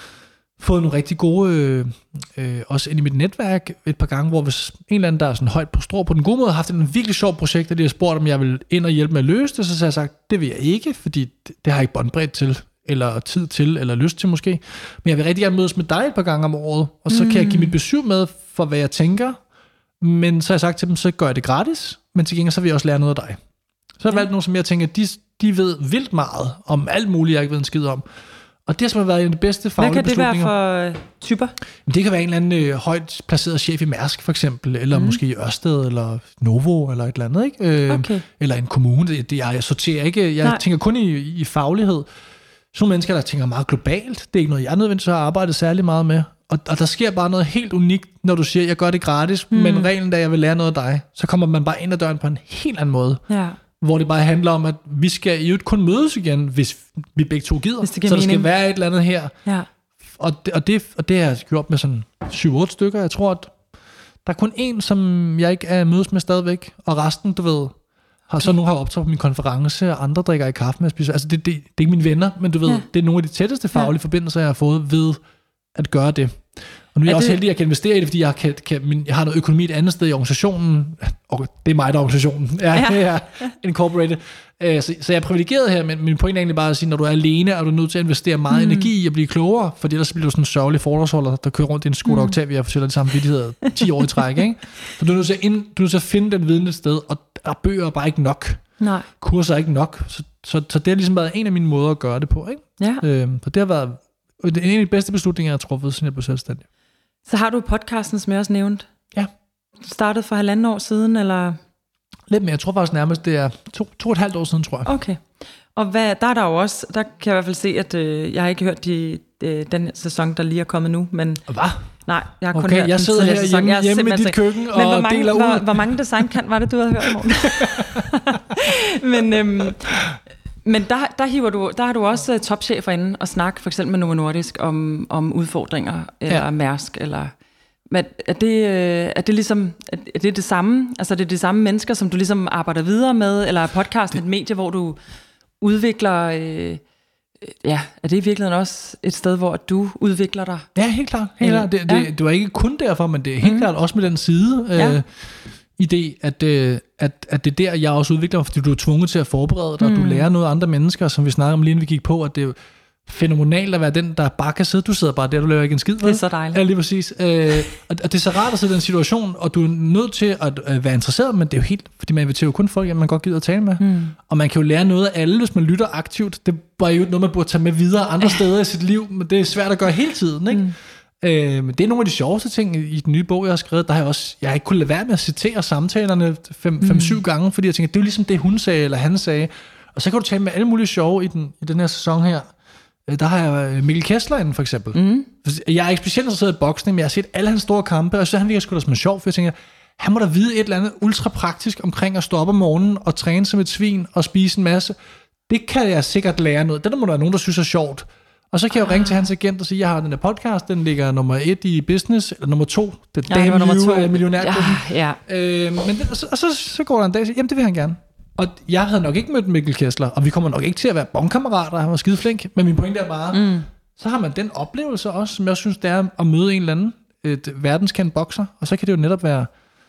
fået nogle rigtig gode, øh, øh, også ind i mit netværk et par gange, hvor hvis en eller anden, der er sådan højt på strå på den gode måde, har haft en virkelig sjov projekt, og de har spurgt, om jeg vil ind og hjælpe med at løse det, så har jeg sagt, det vil jeg ikke, fordi det, det har jeg ikke båndbredt til, eller tid til, eller lyst til måske. Men jeg vil rigtig gerne mødes med dig et par gange om året, og så mm. kan jeg give mit besøg med for, hvad jeg tænker, men så har jeg sagt til dem, så gør jeg det gratis, men til gengæld så vil jeg også lære noget af dig. Så har jeg valgt nogle, som jeg tænker, de, de ved vildt meget om alt muligt, jeg ikke ved en skid om. Og det har simpelthen været en af de bedste faglige beslutninger. Hvad kan det være for typer? Det kan være en eller anden øh, højt placeret chef i Mærsk, for eksempel, eller mm. måske i Ørsted, eller Novo, eller et eller andet, ikke? Øh, okay. Eller en kommune. Det, det, jeg, jeg sorterer ikke. Jeg Nej. tænker kun i, i faglighed. Sådan mennesker, der tænker meget globalt. Det er ikke noget, jeg nødvendigvis har arbejdet særlig meget med. Og, og der sker bare noget helt unikt, når du siger, jeg gør det gratis, mm. men reglen, da jeg vil lære noget af dig, så kommer man bare ind ad døren på en helt anden måde. Ja. Hvor det bare handler om, at vi skal jo kun mødes igen, hvis vi begge to gider. Det så der mening. Skal være et eller andet her. Ja. Og, det, og, det, og det har jeg gjort med sådan syv otte stykker. Jeg tror, at der er kun én, som jeg ikke er mødes med stadigvæk. Og resten, du ved, har så nu har optaget på min konference, og andre drikker i kaffe med at spise. Altså, det, det, det er ikke mine venner, men du ved, ja. det er nogle af de tætteste faglige ja. forbindelser, jeg har fået ved at gøre det. Og nu er jeg er også det... heldig, at jeg kan investere i det, fordi jeg, kan, kan, min, jeg har noget økonomi et andet sted i organisationen, og det er mig, der er organisationen. Ja, ja. Jeg er incorporated. Så, så jeg er privilegeret her, men min pointe er egentlig bare at sige, når du er alene, er du nødt til at investere meget mm. energi i at blive klogere, for ellers bliver du sådan en sørgelig foredragsholder, der kører rundt i en Skoda mm. Octavia og fortæller de samme vittigheder ti år i træk. Ikke? Så du er nødt til at, ind, du er nødt til at finde den viden et sted, og der bøger er bare ikke nok. Nej. Kurser er ikke nok. Så, så, så det har ligesom været en af mine måder at gøre det på. Ikke? Ja. Øhm, så det har været en af de bedste beslutninger, jeg har truffet, siden jeg blev selvstændig. Så har du podcasten, som jeg også nævnt. Ja. Du startede for halvanden år siden, eller? Lidt mere. Jeg tror faktisk nærmest, det er to, to og et halvt år siden, tror jeg. Okay. Og hvad, der er der jo også, der kan jeg i hvert fald se, at øh, jeg har ikke hørt de, de, den sæson, der lige er kommet nu. Men, hvad? Nej, jeg har kun okay, hørt jeg den sidder her sæson. hjemme, hjemme i dit set. køkken men og hvor mange, deler ud. Hvor, hvor mange design kan var det, du havde hørt i morgen? men øhm, men der, der, hiver du, der har du også uh, topchefer inde og snakke for eksempel med Novo Nordisk om, om udfordringer, eller ja. Mærsk, eller... Men er det, er det ligesom, er det det samme? Altså er det de samme mennesker, som du ligesom arbejder videre med, eller er podcasten et medie, hvor du udvikler... Øh, ja, er det i virkeligheden også et sted, hvor du udvikler dig? Ja, helt klart. Helt klart. Det, ja. det, det var ikke kun derfor, men det er helt mm. klart også med den side ja. øh, idé, at, øh, at, at det er der, jeg også udvikler mig, fordi du er tvunget til at forberede dig, mm. og du lærer noget af andre mennesker, som vi snakker om lige inden vi gik på, at det er fænomenalt at være den, der bare kan sidde. Du sidder bare der, du laver ikke en skid. Det er så dejligt. Ja, lige præcis. Øh, og, og det er så rart at sidde i den situation, og du er nødt til at øh, være interesseret, men det er jo helt, fordi man inviterer jo kun folk, at man godt gider at tale med. Mm. Og man kan jo lære noget af alle, hvis man lytter aktivt. Det er jo noget, man burde tage med videre andre steder i sit liv, men det er svært at gøre hele tiden, ikke? Mm. Øh, men det er nogle af de sjoveste ting i den nye bog, jeg har skrevet. Der har jeg også, jeg har ikke kunnet lade være med at citere samtalerne fem-syv mm. gange, fordi jeg tænker, det er jo ligesom det, hun sagde, eller han sagde. Og så kan du tale med alle mulige sjove i den, i den her sæson her. Der har jeg Mikkel Kessler inden, for eksempel. Mm. Jeg er ikke specielt interesseret i boksning, men jeg har set alle hans store kampe, og så han virker sgu da som en sjov, for jeg tænker, han må da vide et eller andet ultra praktisk omkring at stå op om morgenen og træne som et svin og spise en masse. Det kan jeg sikkert lære noget. Det der må der være nogen, der synes er sjovt. Og så kan jeg jo ringe til hans agent og sige, jeg har den der podcast, den ligger nummer et i business, eller nummer to, det er ja, Dame millionær. Ja, ja. Øh, men det, og så, og så, så går der en dag og siger, jamen det vil han gerne. Og jeg havde nok ikke mødt Mikkel Kessler, og vi kommer nok ikke til at være bonkammerater, han var skide flink, men min pointe er bare, mm. så har man den oplevelse også, som jeg synes, det er at møde en eller anden, et verdenskendt bokser, og så kan det jo netop være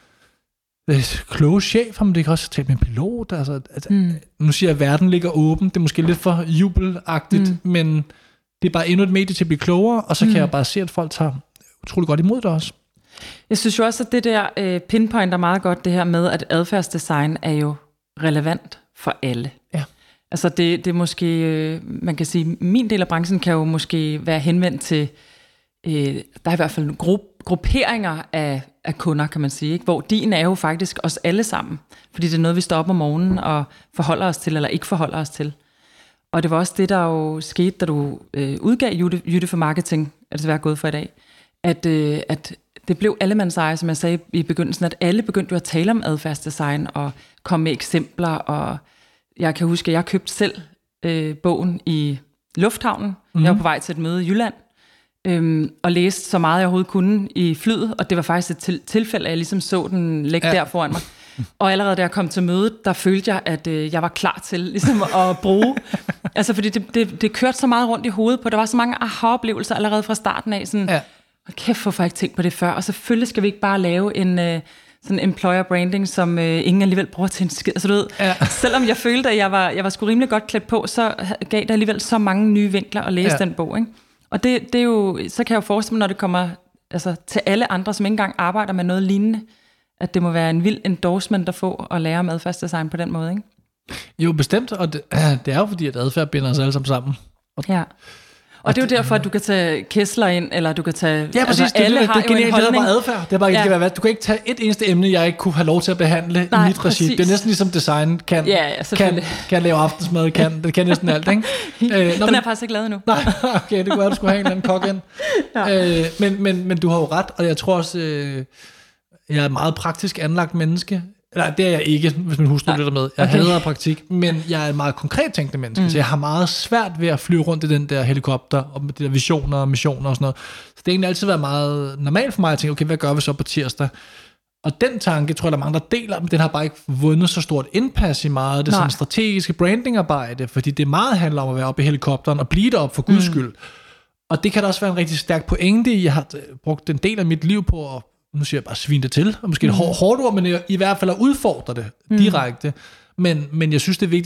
et kloge chef, men det kan også tale med en pilot, altså, altså mm. nu siger jeg, at verden ligger åben, det er måske lidt for jubelagtigt, mm. men det er bare endnu et medie til at blive klogere, og så kan mm. jeg bare se, at folk tager utrolig godt imod det også. Jeg synes jo også, at det der øh, pinpointer meget godt, det her med, at adfærdsdesign er jo relevant for alle. Ja. Altså det, det er måske, øh, man kan sige, min del af branchen kan jo måske være henvendt til, øh, der er i hvert fald gru- grupperinger af, af kunder, kan man sige, ikke? Hvor din er jo faktisk os alle sammen, fordi det er noget, vi står op om morgenen og forholder os til, eller ikke forholder os til. Og det var også det, der jo skete, da du øh, udgav Jytte, Jytte for Marketing, er det så været gået for i dag, at, øh, at det blev allemandseje, som jeg sagde i begyndelsen, at alle begyndte jo at tale om adfærdsdesign og komme med eksempler, og jeg kan huske, at jeg købte selv øh, bogen i lufthavnen. Mm-hmm. Jeg var på vej til et møde i Jylland, øhm, og læste så meget jeg overhovedet kunne i flyet, og det var faktisk et til- tilfælde, at jeg ligesom så den ligge ja. der foran mig. Og allerede da jeg kom til mødet, der følte jeg, at øh, jeg var klar til ligesom at bruge, altså fordi det, det, det kørte så meget rundt i hovedet på, der var så mange aha-oplevelser allerede fra starten af, sådan, ja. kæft, hvorfor har jeg ikke tænkt på det før, og selvfølgelig skal vi ikke bare lave en... Øh, sådan employer branding, som øh, ingen alligevel bruger til en skid. Så du ved, ja. selvom jeg følte, at jeg var, jeg var sgu rimelig godt klædt på, så gav det alligevel så mange nye vinkler at læse ja. den bog. Ikke? Og det, det er jo, så kan jeg jo forestille mig, når det kommer altså, til alle andre, som ikke engang arbejder med noget lignende, at det må være en vild endorsement at få at lære om adfærdsdesign på den måde. Ikke? Jo, bestemt, og det, det er jo fordi, at adfærd binder os alle sammen sammen. Og ja. Og det er jo derfor, at du kan tage Kessler ind, eller du kan tage... Ja, præcis. Altså, det, alle det, det, har det er genialt, det er bare adfærd. Det er bare, ja. være, du kan ikke tage et eneste emne, jeg ikke kunne have lov til at behandle Nej, i mit regi. Det er næsten ligesom design kan, ja, ja, kan, kan lave aftensmad, kan, det kan næsten alt, ikke? øh, Den er men, faktisk ikke lavet endnu. Nej, okay, det kunne være, du skulle have en eller anden kok ind. ja. øh, men, men, men du har jo ret, og jeg tror også, øh, jeg er et meget praktisk anlagt menneske. Nej, det er jeg ikke, hvis min hustru lytter med. Jeg okay. hader praktik, men jeg er et meget konkret tænkende menneske, mm. så jeg har meget svært ved at flyve rundt i den der helikopter, og med de der visioner og missioner og sådan noget. Så det har egentlig altid været meget normalt for mig at tænke, okay, hvad gør vi så på tirsdag? Og den tanke, tror jeg, der er mange, der deler, men den har bare ikke vundet så stort indpas i meget af det sådan strategiske brandingarbejde, fordi det meget handler om at være oppe i helikopteren og blive derop for guds skyld. Mm. Og det kan da også være en rigtig stærk pointe i. Jeg har brugt en del af mit liv på at nu siger jeg bare svine det til, og måske mm. et hårdt ord, men i hvert fald at udfordre det direkte. Mm. Men, men jeg synes, det er vigtigt,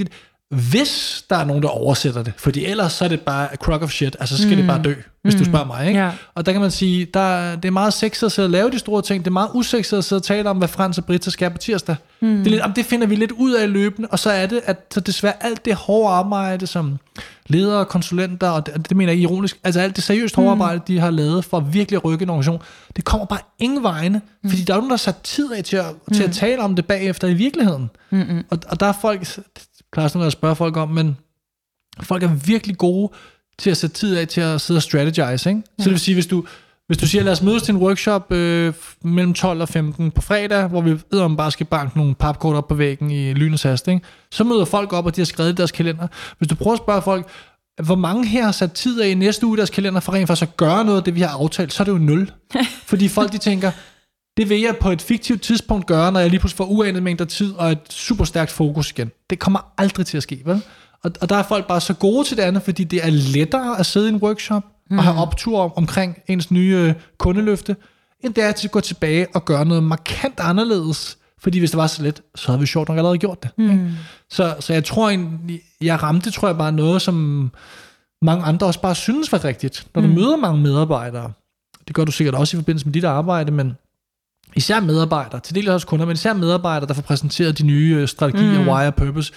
hvis der er nogen, der oversætter det, fordi ellers så er det bare a crock of shit, altså så skal mm. det bare dø, hvis mm. du spørger mig, ikke? Ja. Og der kan man sige, der, det er meget sexet at sidde og lave de store ting, det er meget usexet at sidde og tale om, hvad Frans og Britta skal på tirsdag. Mm. Det, er lidt, det finder vi lidt ud af løbende, og så er det, at så desværre alt det hårde arbejde, som ledere, konsulenter, og det, det mener jeg ironisk, altså alt det seriøst hårde mm. arbejde, de har lavet for at virkelig rykke en organisation, det kommer bare ingen vegne, mm. fordi der er nogen, der har sat tid af til at, mm. til at tale om det bagefter i virkeligheden. Mm-hmm. Og, og der er folk, det plejer sådan noget at spørge folk om, men folk er virkelig gode til at sætte tid af til at sidde og strategize, ikke? Ja. Så det vil sige, hvis du, hvis du siger, lad os mødes til en workshop øh, mellem tolv og femten på fredag, hvor vi ved om bare skal banke nogle papkort op på væggen i lynets hast, ikke? Så møder folk op, og de har skrevet i deres kalender. Hvis du prøver at spørge folk, hvor mange her har sat tid af i næste uge i deres kalender for rent faktisk at gøre noget af det, vi har aftalt, så er det jo nul. Fordi folk, de tænker, det vil jeg på et fiktivt tidspunkt gøre, når jeg lige pludselig får uanet mængder tid og et super stærkt fokus igen. Det kommer aldrig til at ske, vel? Og, og der er folk bare så gode til det andet, fordi det er lettere at sidde i en workshop mm. og have optur om, omkring ens nye øh, kundeløfte, end det er til at gå tilbage og gøre noget markant anderledes. Fordi hvis det var så let, så havde vi sjovt nok allerede gjort det. Mm. Så, så jeg tror, jeg, jeg ramte, tror jeg bare noget, som mange andre også bare synes var rigtigt. Når du mm. møder mange medarbejdere, det gør du sikkert også i forbindelse med dit arbejde, men især medarbejdere, til dels også kunder, men især medarbejdere, der får præsenteret de nye strategier, mm. why og purpose.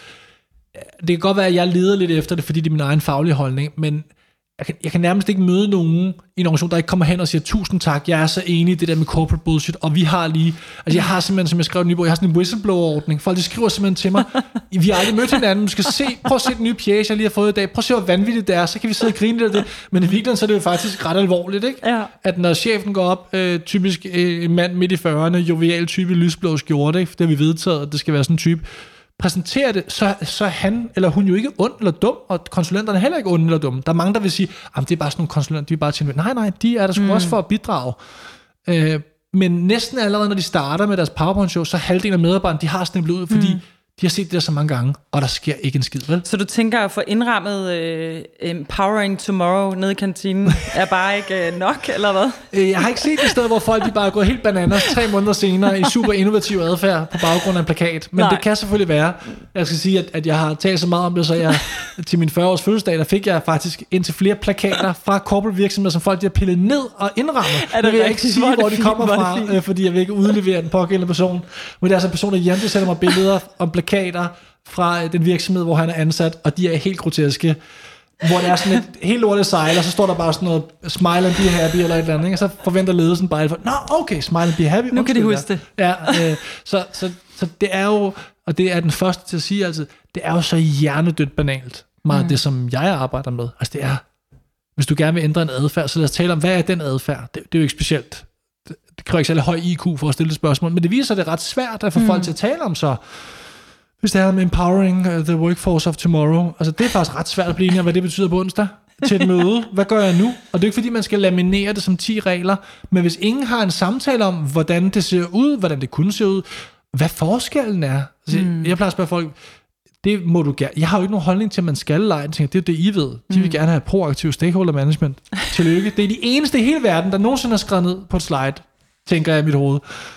Det kan godt være, at jeg leder lidt efter det, fordi det er min egen faglige holdning, men jeg kan, jeg kan nærmest ikke møde nogen i en organisation, der ikke kommer hen og siger, tusind tak, jeg er så enig i det der med corporate bullshit, og vi har lige, altså jeg har simpelthen, som jeg skrev i Nyborg, jeg har sådan en whistleblower-ordning, folk de skriver simpelthen til mig, vi har aldrig mødt hinanden, du skal se, prøv at se den nye pjæse, jeg lige har fået i dag, prøv at se, hvor vanvittigt det er, så kan vi sidde og grine lidt af det, men i virkeligheden så er det jo faktisk ret alvorligt, ikke? Ja. At når chefen går op, øh, typisk øh, en mand midt i fyrrerne, jovial type, lysblå skjorte, ikke? Det har vi vedtaget, at det skal være sådan en type, præsenterer det, så, så er han eller hun jo ikke ond eller dum, og konsulenterne er heller ikke onde eller dumme. Der er mange, der vil sige, at det er bare sådan nogle konsulenter, de er bare tjene. Nej, nej, de er der sgu mm. også for at bidrage. Øh, men næsten allerede, når de starter med deres PowerPoint-show, så halvdelen af medarbejderne, de har sniblet ud, fordi mm. de har set det der så mange gange, og der sker ikke en skid, vel? Så du tænker at få indrammet øh, Empowering Tomorrow nede i kantinen, er bare ikke øh, nok, eller hvad? Jeg har ikke set det sted, hvor folk de bare er gået helt bananas tre måneder senere i super innovativ adfærd på baggrund af en plakat. Men Nej. Det kan selvfølgelig være. Jeg skal sige, at, at jeg har talt så meget om det, så jeg til min fyrre års fødselsdag, der fik jeg faktisk indtil flere plakater fra corporate virksomheder, som folk de har pillet ned og indrammet. Er det jeg vil ikke sige, hvor, hvor de kommer fra, øh, fordi jeg vil ikke udlevere den pågældende person. Men det er altså en person, der hjemme sender mig billeder om plakater fra den virksomhed, hvor han er ansat, og de er helt groteske, hvor det er sådan et helt lortet sejl, og så står der bare sådan noget smile and be happy, eller et eller andet, ikke? Og så forventer ledelsen bare, nå okay, smile and be happy. Nu kan de huske det. Ja, øh, så, så, så det er jo, og det er den første til at sige altid, det er jo så hjernedødt banalt, meget mm. det, som jeg arbejder med. Altså det er, hvis du gerne vil ændre en adfærd, så lad os tale om, hvad er den adfærd? Det, det er jo ikke specielt, det, det kræver ikke særlig høj I Q for at stille et spørgsmål, men det viser sig, det er ret svært at få mm. folk til at tale om så. Hvis det er med empowering the workforce of tomorrow, altså det er faktisk ret svært at blive enig om, hvad det betyder på onsdag til et møde. Hvad gør jeg nu? Og det er ikke fordi, man skal laminere det som ti regler, men hvis ingen har en samtale om, hvordan det ser ud, hvordan det kunne se ud, hvad forskellen er. Altså, mm. Jeg plejer at spørge folk, det må du gerne. Jeg har jo ikke nogen holdning til, at man skal lege. Jeg tænker, det er det, I ved. De vil mm. gerne have proaktiv stakeholder management. Tillykke. Det er de eneste i hele verden, der nogensinde har skrevet ned på et slide, tænker jeg i mit hoved.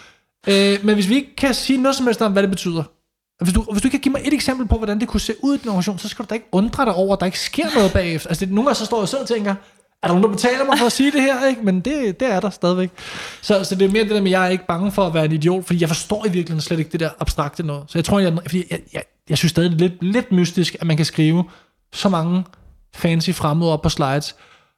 Øh, men hvis vi ikke kan sige noget som helst om, hvad det betyder, Hvis du, hvis du kan give mig et eksempel på, hvordan det kunne se ud i den organisation, så skal du da ikke undre dig over, at der ikke sker noget bagefter. Altså, det, nogle gange så står jeg selv og tænker, er der nogen, der betaler mig for at sige det her? Ikke? Men det, det er der stadigvæk. Så, så det er mere det der med, at jeg er ikke bange for at være en idiot, fordi jeg forstår i virkeligheden slet ikke det der abstrakte noget. Så jeg tror, jeg, fordi jeg, jeg, jeg synes stadig, det er lidt, lidt mystisk, at man kan skrive så mange fancy fremmede op på slides,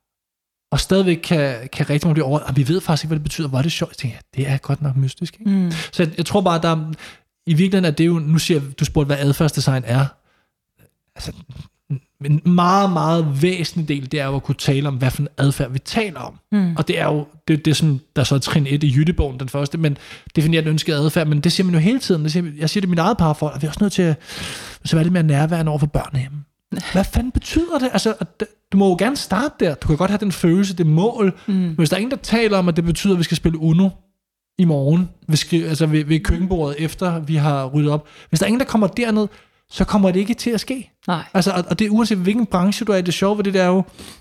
og stadigvæk kan, kan rigtig mange blive over, og vi ved faktisk ikke, hvad det betyder. Hvor er det sjovt? Jeg tænker, det er godt nok mystisk. Ikke? Mm. Så jeg, jeg tror bare, der er, i virkeligheden er det jo, nu siger du spurgte, hvad adfærdsdesign er. Altså, en meget, meget væsentlig del, det er jo at kunne tale om, hvad for en adfærd vi taler om. Mm. Og det er jo, det, det som der så er trin et i Jyttebogen, den første, men definerer den ønskede adfærd, men det siger man jo hele tiden. Det siger, jeg siger det i mit eget parforhold, og vi er også nødt til at så være lidt mere nærværende over for børnene hjemme. Hvad fanden betyder det? Altså, du må jo gerne starte der. Du kan godt have den følelse, det mål. Mm. Men hvis der er ingen, der taler om, at det betyder, at vi skal spille Uno i morgen, ved, skri- altså ved, ved køkkenbordet, efter vi har ryddet op. Hvis der er ingen, der kommer derned, så kommer det ikke til at ske. Nej. Altså, og, og det er uanset hvilken branche du er i, det sjove ved det, der er jo,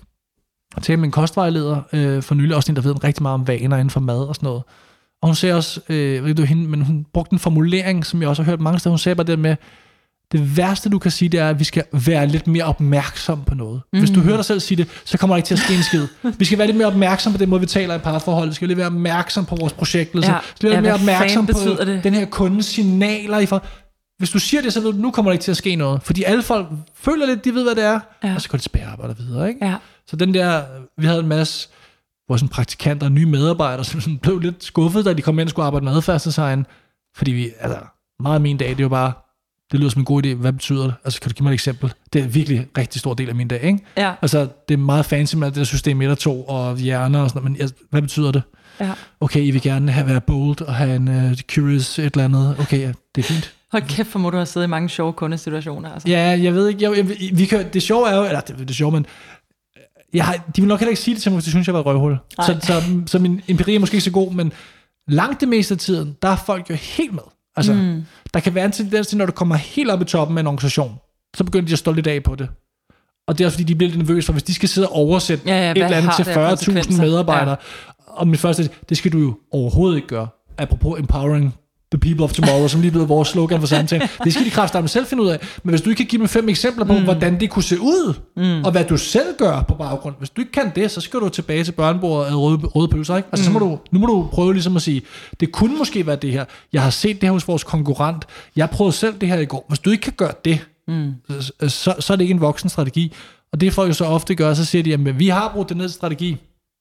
at tale med en kostvejleder øh, for nylig, også en, der ved rigtig meget om vaner inden for mad og sådan noget. Og hun sagde også, øh, ved du hende, men hun brugte en formulering, som jeg også har hørt mange steder, hun sagde bare det med, Det værste, du kan sige, det er, at vi skal være lidt mere opmærksom på noget. Mm. Hvis du hører dig selv sige det, så kommer der ikke til at ske en skid. Vi skal være lidt mere opmærksom på den måde, vi taler i parforhold. Vi skal lidt være opmærksom på vores projektledelse. Ja. Vi skal være Ja, lidt mere opmærksom på det? den her kundes signaler. I for... Hvis du siger det, så ved du, nu kommer der ikke til at ske noget. Fordi alle folk føler lidt, de ved, hvad det er. Ja. Og så går de tilbage og arbejder videre. Ikke? Ja. Så den der, vi havde en masse vores sådan, praktikanter og nye medarbejdere, som sådan, blev lidt skuffet, da de kom ind og skulle arbejde med adfærdsdesign. Fordi vi, altså, meget af min dag, det er jo bare, det lyder som en god idé. Hvad betyder det? Altså, kan du give mig et eksempel? Det er virkelig en rigtig stor del af min dag, ikke? Ja. Altså, det er meget fancy med det der system et og to og hjerner og sådan noget, men altså, hvad betyder det? Ja. Okay, I vil gerne have være bold og have en uh, curious et eller andet. Okay, ja, det er fint. Hold kæft, for må du have siddet i mange sjove kundesituationer. Altså. Ja, jeg ved ikke. Jeg, jeg, vi kan, det sjove er jo, eller det, det er sjove, men jeg har, de vil nok heller ikke sige det til mig, hvis de synes, jeg var et røvhul. Så, så, så min empiri er måske ikke så god, men langt det meste af tiden, der er folk jo helt med. Altså, mm. der kan være en tendens til, når du kommer helt op i toppen af en organisation, så begynder de at stå lidt af på det. Og det er også fordi, de bliver lidt nervøse for, hvis de skal sidde og oversætte ja, ja, et eller andet til fyrre tusind medarbejdere. Ja. Og mit første, det skal du jo overhovedet ikke gøre. Apropos empowering the people of tomorrow, som lige blev vores slogan for samtalen. Det skal de kraftedeme selv finde ud af. Men hvis du ikke kan give mig fem eksempler på, mm. hvordan det kunne se ud, mm. og hvad du selv gør på baggrund, hvis du ikke kan det, så skal du tilbage til børnebordet og røde, røde pølser, ikke? Altså, mm. så må du, nu må du prøve ligesom at sige, det kunne måske være det her. Jeg har set det her hos vores konkurrent. Jeg prøvede selv det her i går. Hvis du ikke kan gøre det, mm. så, så er det ikke en voksen strategi. Og det folk jo så ofte gør, så siger de, at vi har brugt den ned strategi.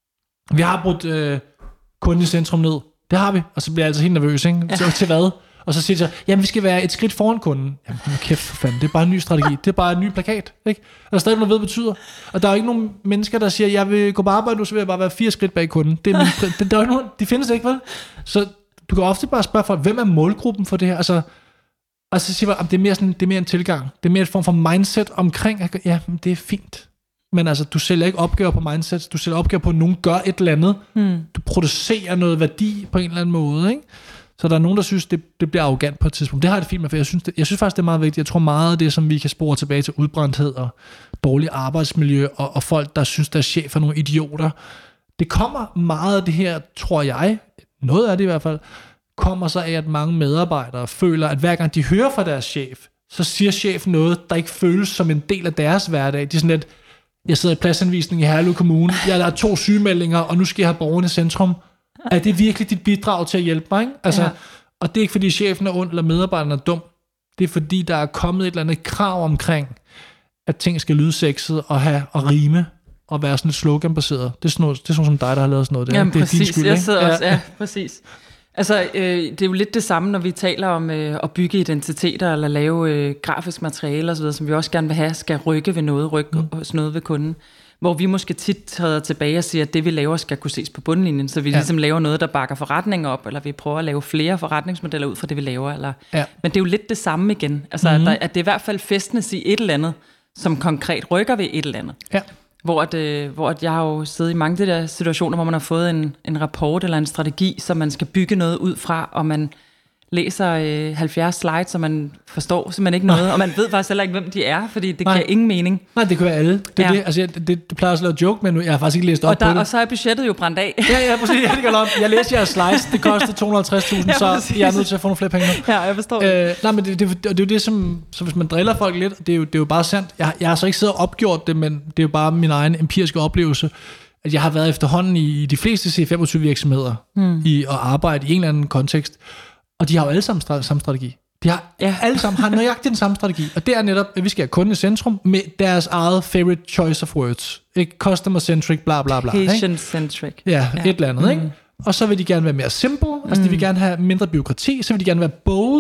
Vi har brugt øh, kunden i centrum ned. Det har vi, og så bliver jeg altså helt nervøs, ikke? Så til hvad? Og så siger de så, jamen vi skal være et skridt foran kunden. Jamen kæft for fanden, det er bare en ny strategi. Det er bare en ny plakat, ikke? Og der er stadig noget ved, betyder. Og der er ikke nogen mennesker, der siger, jeg vil gå på arbejde nu, så vil jeg bare være fire skridt bag kunden. Det er min, det, der er ikke nogen, de findes ikke, vel? Så du kan ofte bare spørge folk, hvem er målgruppen for det her? Altså, og så siger man, det er mere sådan, det er mere en tilgang. Det er mere et form for mindset omkring, at, ja, det er fint. Men altså, du sælger ikke opgaver på mindset, du sælger opgaver på, at nogen gør et eller andet. Mm. Du producerer noget værdi på en eller anden måde, ikke? Så der er nogen, der synes, det, det bliver arrogant på et tidspunkt. Det har jeg det fint med, for jeg synes, det, jeg synes faktisk, det er meget vigtigt. Jeg tror meget af det, som vi kan spore tilbage til udbrændthed og dårlig arbejdsmiljø, og, og folk, der synes, der er chefer nogle idioter. Det kommer meget af det her, tror jeg, noget af det i hvert fald, kommer så af, at mange medarbejdere føler, at hver gang de hører fra deres chef, så siger chefen noget, der ikke føles som en del af deres hverdag. De er sådan lidt, jeg sidder i pladsanvisning i Herlev Kommune, jeg har to sygemeldinger, og nu skal jeg have borgerne i centrum. Er det virkelig dit bidrag til at hjælpe mig? Ikke? Altså, ja. Og det er ikke fordi chefen er ond, eller medarbejderen er dum. Det er fordi, der er kommet et eller andet krav omkring, at ting skal lyde sexet, og have og rime, og være sådan lidt sloganbaseret. Det er sådan noget, det er sådan som dig, der har lavet sådan noget. Det, Jamen, det er præcis. din skyld, jeg sidder ikke? også, ja, ja præcis. Altså, øh, det er jo lidt det samme, når vi taler om øh, at bygge identiteter, eller lave øh, grafisk materiale osv., som vi også gerne vil have, skal rykke ved noget, rykke mm. hos noget ved kunden. Hvor vi måske tit træder tilbage og siger, at det vi laver skal kunne ses på bundlinjen, så vi ja. ligesom laver noget, der bakker forretninger op, eller vi prøver at lave flere forretningsmodeller ud fra det, vi laver. Eller... Ja. Men det er jo lidt det samme igen. Altså, mm-hmm. at, der, at det er i hvert fald festnes i et eller andet, som konkret rykker ved et eller andet. Ja. Hvor, at, øh, hvor at jeg har jo siddet i mange af de der situationer, hvor man har fået en, en rapport eller en strategi, som man skal bygge noget ud fra, og man læser øh, halvfjerds slides, så man forstår simpelthen ikke noget, og man ved faktisk heller ikke, hvem de er, fordi det giver ingen mening. Nej, det kan være alle. Det, ja. det, altså, jeg, det, det plejer også at lave joke, men jeg har faktisk ikke læst op og der, på det. Og så er budgettet jo brændt af. Ja, ja, præcis. Jeg, det jeg læste jeres slides, det kostede to hundrede og halvtreds tusind, ja, så jeg er nødt til at få nogle flere penge nu. Ja, jeg forstår det. Øh, nej, men det, det, det, det er jo det, som, så hvis man driller folk lidt, det er jo, det er jo bare sandt. Jeg, jeg har så ikke siddet og opgjort det, men det er jo bare min egen empiriske oplevelse, at jeg har været efterhånden i de fleste C femogtyve virksomheder hmm. i at arbejde i en eller anden kontekst, og de har jo alle sammen stra- samme strategi. De har ja. alle sammen har nøjagtigt den samme strategi, og det er netop, at vi skal have kunden i centrum med deres eget favorite choice of words. Ikke customer-centric, bla bla bla. Patient-centric. Ja, ja, et eller andet, mm. ikke? Og så vil de gerne være mere simple, mm. altså de vil gerne have mindre byråkrati, så vil de gerne være bold,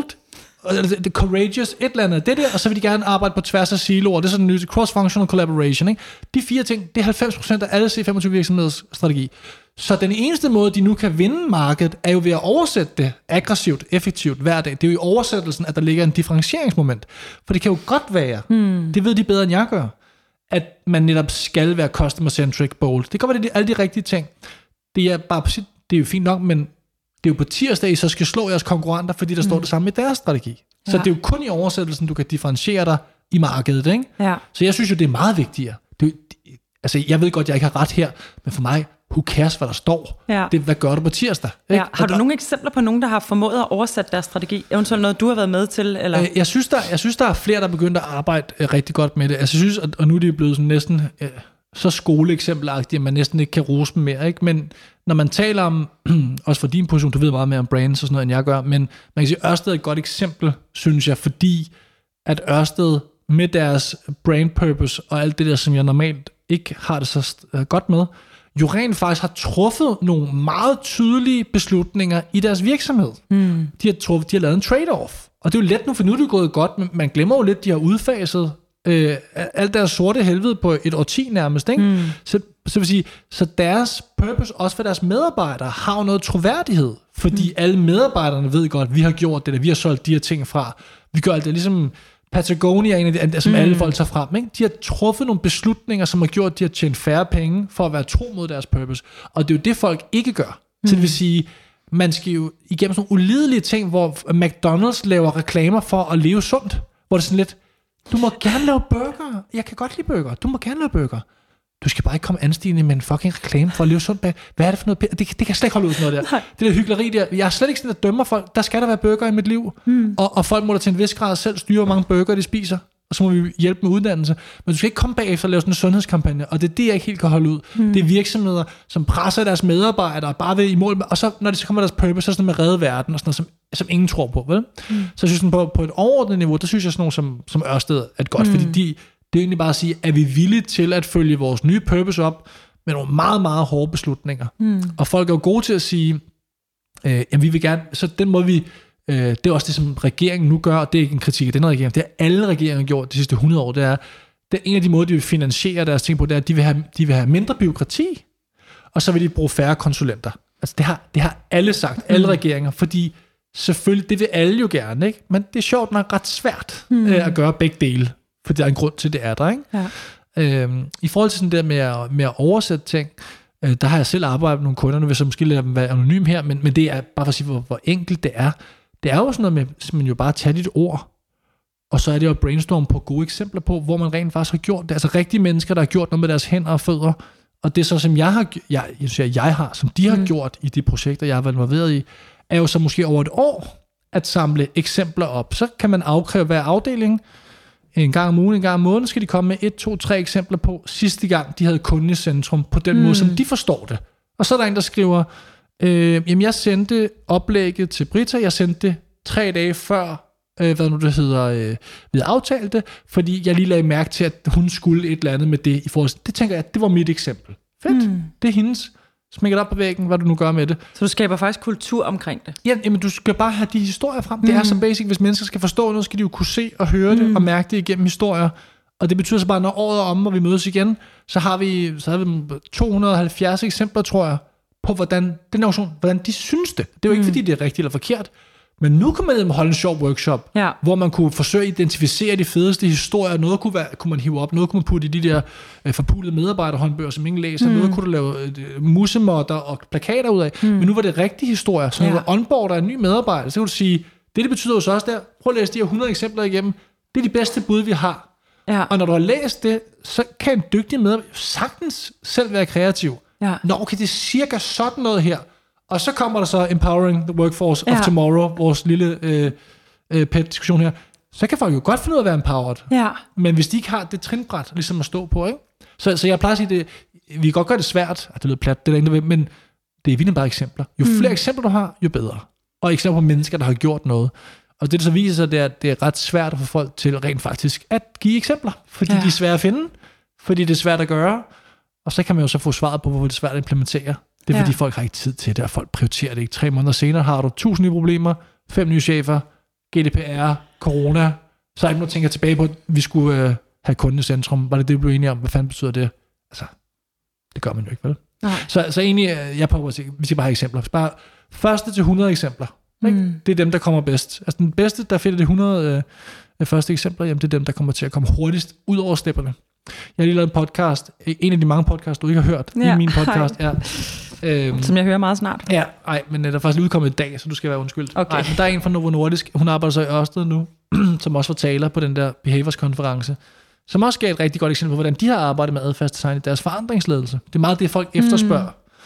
the courageous, et eller andet det der, og så vil de gerne arbejde på tværs af siloer. Det er sådan en ny cross-functional collaboration, ikke? De fire ting, det er halvfems procent af alle C femogtyve virksomheders strategi. Så den eneste måde, de nu kan vinde markedet, er jo ved at oversætte det aggressivt, effektivt hver dag. Det er jo i oversættelsen, at der ligger en differentieringsmoment. For det kan jo godt være, hmm. det ved de bedre, end jeg gør, at man netop skal være customer-centric, bold. Det kan godt være, det er alle de rigtige ting. Det er, bare, det er jo fint nok, men det er jo på tirsdag, I så skal slå jeres konkurrenter, fordi der hmm. står det samme med deres strategi. Ja. Så det er jo kun i oversættelsen, du kan differentiere dig i markedet. Ikke? Ja. Så jeg synes jo, det er meget vigtigere. Det er, altså, jeg ved godt, jeg ikke har ret her, men for mig who cares, hvad der står? Ja. Det, hvad gør du på tirsdag? Ja. Har du der... nogle eksempler på nogen, der har formået at oversætte deres strategi? Eventuelt noget, du har været med til? Eller? Øh, jeg, synes, der, jeg synes, der er flere, der er begyndt at arbejde øh, rigtig godt med det. Altså, jeg synes, at, og nu er de blevet sådan næsten øh, så skoleeksempelagtige, at man næsten ikke kan rose dem mere. Ikke? Men når man taler om, også fra din position, du ved meget mere om brands og sådan noget, end jeg gør, men man kan sige, Ørsted er et godt eksempel, synes jeg, fordi at Ørsted med deres brand purpose og alt det der, som jeg normalt ikke har det så godt med, jo rent faktisk har truffet nogle meget tydelige beslutninger i deres virksomhed. Mm. De, har truffet, de har lavet en trade-off. Og det er jo let nu, for nu er det gået godt, men man glemmer jo lidt, de har udfaset øh, alt deres sorte helvede på et årti nærmest. Ikke? Mm. Så, så vil sige, så deres purpose, også for deres medarbejdere, har jo noget troværdighed. Fordi mm. alle medarbejderne ved godt, at vi har gjort det, der, vi har solgt de her ting fra. Vi gør alt det, ligesom Patagonia er en af de, som mm. alle folk tager frem. Ikke? De har truffet nogle beslutninger, som har gjort, at de har tjent færre penge for at være tro mod deres purpose. Og det er jo det, folk ikke gør. Mm. Så det vil sige, man skal jo igennem sådan nogle ulidelige ting, hvor McDonald's laver reklamer for at leve sundt. Hvor det er sådan lidt, du må gerne lave burger. Jeg kan godt lide burger. Du må gerne lave burger. Du skal bare ikke komme anstigende med en fucking reklame for at leve sundt. Hvad er det for noget? Det, det kan jeg slet ikke holde ud sådan noget der. Nej. Det der hykleri der. Jeg er slet ikke sådan, at dømmer folk. Der skal der være burger i mit liv. Mm. Og, og folk må da til en vis grad selv styre, hvor mange burger de spiser. Og så må vi hjælpe med uddannelse. Men du skal ikke komme bagefter og lave sådan en sundhedskampagne. Og det er det, jeg ikke helt kan holde ud. Mm. Det er virksomheder, som presser deres medarbejdere bare ved i mål. Og så når det så kommer deres purpose, så er sådan noget med redde verden og sådan noget, som, som ingen tror på. Vel? Mm. Så jeg synes på, på et overordnet niveau, der synes jeg sådan nogle som, som Ørsted er godt. Mm. Fordi de det er egentlig bare at sige, er vi villige til at følge vores nye purpose op med nogle meget, meget hårde beslutninger. Mm. Og folk er jo gode til at sige, øh, jamen vi vil gerne, så den måde vi, øh, det er også det, som regeringen nu gør, og det er ikke en kritik af den regering, det har alle regeringer gjort de sidste hundrede år, det er, det er en af de måder, de vil finansiere deres ting på, det er, at de vil have, de vil have mindre bureaukrati, og så vil de bruge færre konsulenter. Altså det har, det har alle sagt, alle mm. regeringer, fordi selvfølgelig, det vil alle jo gerne, ikke? Men det er sjovt nok ret svært mm. øh, at gøre begge dele. For der er en grund til, det er der, ikke? Ja. Øhm, I forhold til sådan der med at, med at oversætte ting, øh, der har jeg selv arbejdet med nogle kunder, nu vil jeg så måske lade dem være anonym her, men, men det er bare for at sige, hvor, hvor enkelt det er. Det er jo sådan noget med, at man jo bare tager dit ord, og så er det jo at brainstorme på gode eksempler på, hvor man rent faktisk har gjort det. Altså rigtige mennesker, der har gjort noget med deres hænder og fødder, og det er så, som jeg har, jeg, jeg, siger, jeg har, som de har mm. gjort i de projekter, jeg har været involveret i, er jo så måske over et år at samle eksempler op. Så kan man afkræve hver afdeling, en gang om ugen, en gang om måneden, skal de komme med et, to, tre eksempler på sidste gang, de havde kunden i centrum, på den mm. måde, som de forstår det. Og så er der en, der skriver, øh, jamen jeg sendte oplægget til Britta, jeg sendte det tre dage før, øh, hvad nu det hedder, øh, vi aftalte det, fordi jeg lige lagde mærke til, at hun skulle et eller andet med det i forhold til, det tænker jeg, det var mit eksempel. Fedt, mm. det er hendes. Smæk det op på væggen, hvad du nu gør med det. Så du skaber faktisk kultur omkring det? Ja, jamen du skal bare have de historier frem. Mm. Det er så basic, hvis mennesker skal forstå noget, skal de jo kunne se og høre det, mm. og mærke det igennem historier. Og det betyder så bare, når året er omme, og vi mødes igen, så har vi, så har vi to hundrede og halvfjerds eksempler, tror jeg, på hvordan den generation, hvordan de synes det. Det er jo ikke, mm. fordi det er rigtigt eller forkert. Men nu kunne man holde en sjov workshop, ja. hvor man kunne forsøge at identificere de fedeste historier. Noget kunne, være, kunne man hive op, noget kunne man putte i de der øh, forpulede medarbejderhåndbøger, som ingen læser. Mm. Noget kunne du lave øh, musemotter og plakater ud af. Mm. Men nu var det rigtige historier. Så når ja. du onboarder en ny medarbejder, så kan du sige, det det betyder jo så også der, prøv at læse de her hundrede eksempler igennem. Det er de bedste bud, vi har. Ja. Og når du har læst det, så kan en dygtig medarbejder sagtens selv være kreativ. Ja. Nå, okay, det er cirka sådan noget her. Og så kommer der så Empowering the Workforce ja. of Tomorrow, vores lille øh, øh, pet-diskussion her. Så kan folk jo godt finde ud af at være empowered. Ja. Men hvis de ikke har det trinbræt ligesom at stå på, ikke? Så, så jeg plejer at sige, det, vi kan godt gøre det svært, at det lyder plat, det er der ingen, men det er virkelig bare eksempler. Jo flere mm. eksempler du har, jo bedre. Og eksempler på mennesker, der har gjort noget. Og det, der så viser sig, det er, at det er ret svært at få folk til rent faktisk at give eksempler. Fordi ja. de er svære at finde, fordi det er svært at gøre. Og så kan man jo så få svaret på, hvorfor det er svært at implementere. Det er ja. fordi folk har ikke tid til det, og folk prioriterer det ikke. Tre måneder senere har du tusind nye problemer, fem nye chefer, G D P R, corona. Så er ikke noget, tænker tilbage på, at vi skulle øh, have kunden i centrum. Var det det, vi blev enige om? Hvad fanden betyder det? Altså, det gør man jo ikke, vel? Nej. Så, så egentlig, jeg prøver at sige, vi skal bare have eksempler. Bare første til hundrede eksempler. Mm. Det er dem, der kommer bedst. Altså den bedste, der finder det hundrede øh, første eksempler, jamen det er dem, der kommer til at komme hurtigst ud over stepperne. Jeg har lige lavet en podcast, en af de mange podcasts, du ikke har hørt ja. i min podcast, er... Øhm, Som jeg hører meget snart. Ja, nej, men der er faktisk udkommet i dag, så du skal være undskyldt. Okay. Ej, men der er en fra Novo Nordisk, hun arbejder så i Ørsted nu, som også var taler på den der Behaviors-konference, som også gav et rigtig godt eksempel på, hvordan de har arbejdet med adfærdsdesign i deres forandringsledelse. Det er meget det, folk efterspørger.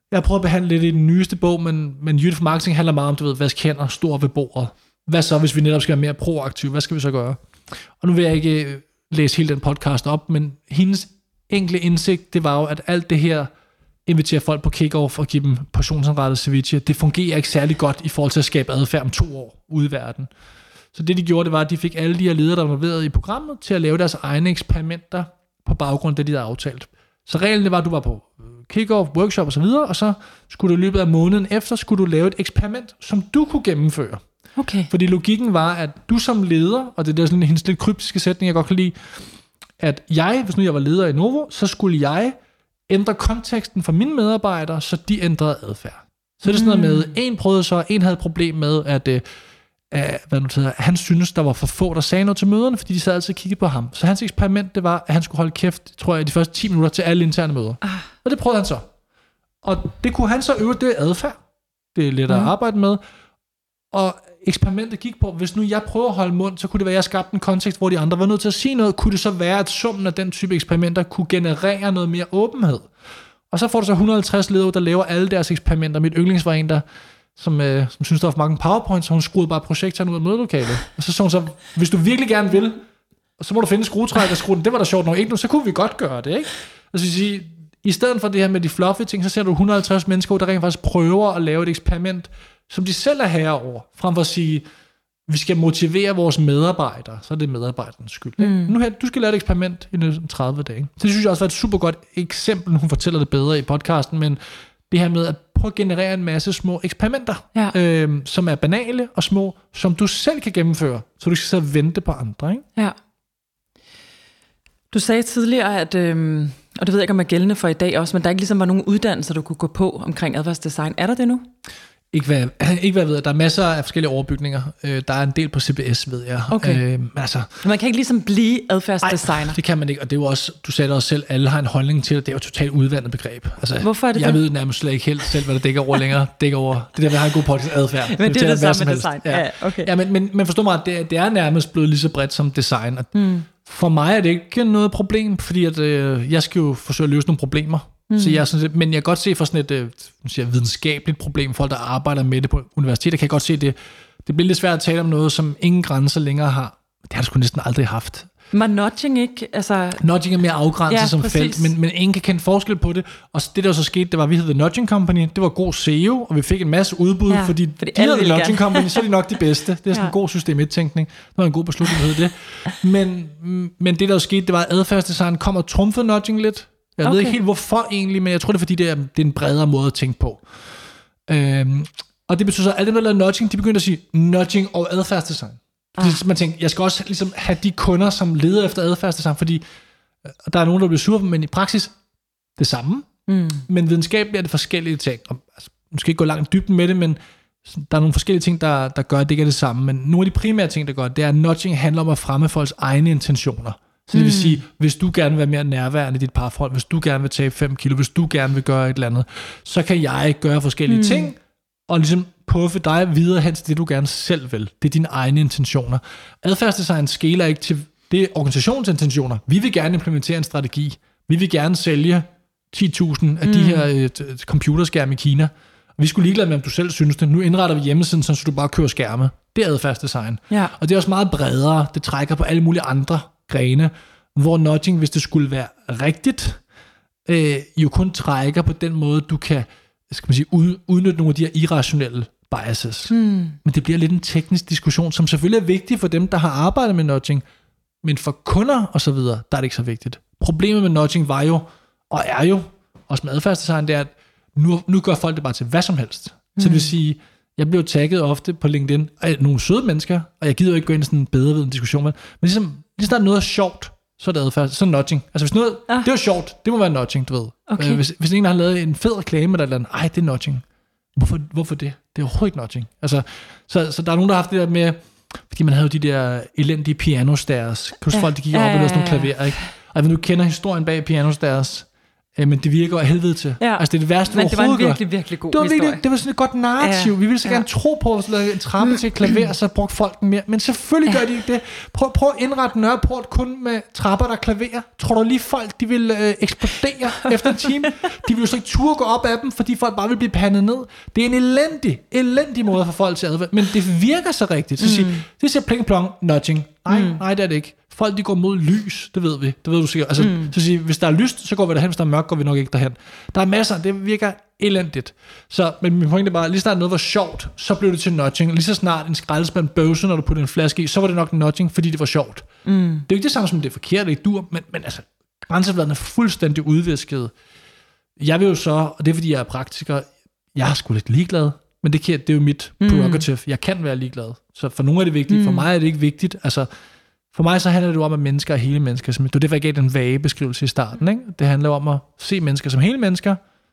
Jeg har prøvet at behandle lidt i den nyeste bog, men, men Jytte for Marketing handler meget om, du ved, hvad hænder stor ved bordet. Hvad så, hvis vi netop skal være mere proaktive? Hvad skal vi så gøre? Og nu vil jeg ikke læse hele den podcast op, men hendes enkle indsigt, det var jo, at alt det her invitere folk på kick-off og give dem portionsindrettet ceviche, det fungerer ikke særlig godt i forhold til at skabe adfærd om to år ude i verden. Så det de gjorde, det var, at de fik alle de her ledere, der var involveret i programmet, til at lave deres egne eksperimenter på baggrund af det, de havde aftalt. Så reglen det var, at du var på kick-off, workshop og så videre, og så skulle du i løbet af måneden efter, skulle du lave et eksperiment, som du kunne gennemføre. Okay. Fordi logikken var, at du som leder, og det er sådan hendes lidt kryptiske sætning, jeg godt kan lide, at jeg, hvis nu jeg var leder i Novo, så skulle jeg ændre konteksten for mine medarbejdere, så de ændrede adfærd. Så er det sådan noget med, en prøvede så, en havde et problem med, at, øh, hvad nu hedder, han synes, der var for få, der sagde noget til møderne, fordi de sad altid og kiggede på ham. Så hans eksperiment, det var, at han skulle holde kæft, tror jeg, de første ti minutter til alle interne møder. Ah. Og det prøvede han så. Og det kunne han så øve, det er adfærd. Det er let at mm. arbejde med. Og eksperimentet gik på, hvis nu jeg prøver at holde mund, så kunne det være, at jeg skabte en kontekst, hvor de andre var nødt til at sige noget. Kunne det så være, at summen af den type eksperimenter kunne generere noget mere åbenhed? Og så får du så et hundrede og halvtreds ledere, der laver alle deres eksperimenter. Mit yndlings var en, der, som, øh, som synes, der var for mange powerpoints, så hun skruede bare projektoren ud af mødelokalet. Og så så hun så, hvis du virkelig gerne vil, så må du finde skruetræk og skrue den. Det var da sjovt nok ikke nu, så kunne vi godt gøre det, ikke? Altså sige, i stedet for det her med de fluffy ting, så ser du et hundrede og halvtreds mennesker, der rent faktisk prøver at lave et eksperiment, som de selv er herre over, frem for at sige, vi skal motivere vores medarbejdere, så er det medarbejdernes skyld. Mm. Nu her, du skal lave et eksperiment i tredive dage. Så det synes jeg også var et super godt eksempel, hun fortæller det bedre i podcasten, men det her med at prøve at generere en masse små eksperimenter, ja. øh, som er banale og små, som du selv kan gennemføre, så du skal så vente på andre. Ikke? Ja. Du sagde tidligere, at, øh, og det ved jeg ikke, om er gældende for i dag også, men der ikke ligesom var nogen uddannelser, du kunne gå på omkring adfærdsdesign. Er der det nu? Ikke hvad, ikke hvad jeg ved. Der er masser af forskellige overbygninger. Øh, der er en del på C B S, ved jeg. Okay. Øh, altså, man kan ikke ligesom blive adfærdsdesigner? Nej, det kan man ikke. Og det er jo også, du sagde det også selv, alle har en holdning til det. Det er jo totalt udvandet begreb. Altså, hvorfor er det Jeg det? ved nærmest slet ikke helt selv, hvad det dækker over længere. Dækker over det der, vi har en god podcast adfærd. Men det, det er det samme med design. Ja, ja, okay. ja men, men, men forstå mig, det, det er nærmest blevet lige så bredt som design. Mm. For mig er det ikke noget problem, fordi at, øh, jeg skal jo forsøge at løse nogle problemer. Mm. Så jeg er sådan, men jeg kan godt se for sådan et øh, siger, videnskabeligt problem, folk der arbejder med det på universitetet, kan jeg godt se, det, det bliver lidt svært at tale om noget, som ingen grænser længere har. Det har du sgu næsten aldrig haft. Men nudging ikke? Altså... Nudging er mere afgrænset ja, som præcis. felt, men, men ingen kan kende forskel på det. Og det der så skete, det var, at vi hed The Nudging Company, det var god S E O, og vi fik en masse udbud, ja, fordi, fordi de hedder The Nudging gerne. Company, så er de nok de bedste. Det er sådan ja. en god system et-tænkning. Det var en god beslutning, at hedde det. Men, men det der skete, det var, at adfærdsdesign kom og trumfede nudging lidt. Jeg okay. ved ikke helt hvorfor egentlig, men jeg tror det er fordi, det er, det er en bredere måde at tænke på. Øhm, og det betyder så, at alle dem, der lavede nudging, de begyndte at sige nudging og adfærdsdesign. Ah. Man tænker, jeg skal også ligesom have de kunder, som leder efter adfærdsdesign, fordi der er nogen, der bliver sure, men i praksis det samme. Mm. Men videnskabeligt er det forskellige ting. Og, altså, nu skal ikke gå langt i dybden med det, men der er nogle forskellige ting, der, der gør, at det ikke er det samme. Men nogle af de primære ting, der gør, det er, at nudging handler om at fremme folks egne intentioner. Så det vil sige, hvis du gerne vil være mere nærværende i dit parforhold, hvis du gerne vil tabe fem kilo, hvis du gerne vil gøre et eller andet, så kan jeg gøre forskellige mm. ting, og ligesom puffe dig videre hen til det, du gerne selv vil. Det er dine egne intentioner. Adfærdsdesign skeler ikke til det organisationens intentioner. Vi vil gerne implementere en strategi. Vi vil gerne sælge ti tusind af mm. de her øh, computerskærme i Kina. Vi skulle ligeglade med, om du selv synes det. Nu indretter vi hjemmesiden, så du bare kører skærme. Det er adfærdsdesign. Ja. Og det er også meget bredere. Det trækker på alle mulige andre grene, hvor nudging, hvis det skulle være rigtigt, øh, jo kun trækker på den måde, du kan, skal man sige, ud, udnytte nogle af de her irrationelle biases. Mm. Men det bliver lidt en teknisk diskussion, som selvfølgelig er vigtig for dem, der har arbejdet med nudging, men for kunder og så videre, der er det ikke så vigtigt. Problemet med nudging var jo, og er jo, også med adfærdsdesign, det er, at nu, nu gør folk det bare til hvad som helst. Mm. Så det vil sige, jeg bliver tagget ofte på LinkedIn af nogle søde mennesker, og jeg gider jo ikke gå ind i sådan en bedrevidende diskussion med, men ligesom, lige snart noget er sjovt, så er det adfærd, så er nudging. Altså hvis noget, ah. det var sjovt, det må være nudging, du ved. Okay. Hvis, hvis en har lavet en fed reklame eller andet, ej, det er nudging. Hvorfor, hvorfor det? Det er overhovedet ikke nudging. Altså, så, så der er nogen, der har haft det der med, fordi man havde jo de der elendige pianostairs. Kan du ja. folk, de gik op ja, og lavede sådan nogle klaver, ikke? Og hvis du kender historien bag pianostairs, øh, men det virker af helvede til. Ja. Altså det er det værste, men du det var en overhovedet virkelig, virkelig god det var historie. virkelig, det var sådan et godt narrativ. Ja. Vi ville så Ja. gerne tro på, at en trappe til klaver, så brugte folk den mere. Men selvfølgelig ja. gør de ikke det. Prøv, prøv at indrette Nørreport kun med trapper, der klaver. Tror du lige folk, de vil øh, eksplodere efter en time? De vil jo så ikke turde gå op af dem, fordi folk bare vil blive pandet ned. Det er en elendig, elendig måde for folk til adfærd. Men det virker så rigtigt. Så mm. siger, det siger pling plong, nudging. Nej, mm. nej, det er det ikke. Folk, de går mod lys, det ved vi. Det ved du sikkert. Altså, mm. så siger, hvis der er lyst, så går vi derhen. Hvis der er mørkt, går vi nok ikke derhen. Der er masser, det virker elendigt. Så, men min pointe er bare, lige snart noget var sjovt, så blev det til nudging. Lige så snart en skraldespand bøvse, når du putter en flaske i, så var det nok nudging, fordi det var sjovt. Mm. Det er jo ikke det samme som det er forkert, det er ikke dur, men, men altså, grænsefladen er fuldstændig udvisket. Jeg vil jo så, og det er fordi jeg er praktiker, jeg er sgu lidt ligeglad, men det, kan, det er jo mit prerogative. Mm. Jeg kan være ligeglad. Så for nogle er det vigtigt, mm. for mig er det ikke vigtigt. Altså, for mig så handler det jo om, at mennesker er hele mennesker. Det var derfor, jeg gav den vage beskrivelse i starten. Ikke? Det handler om at se mennesker som hele mennesker,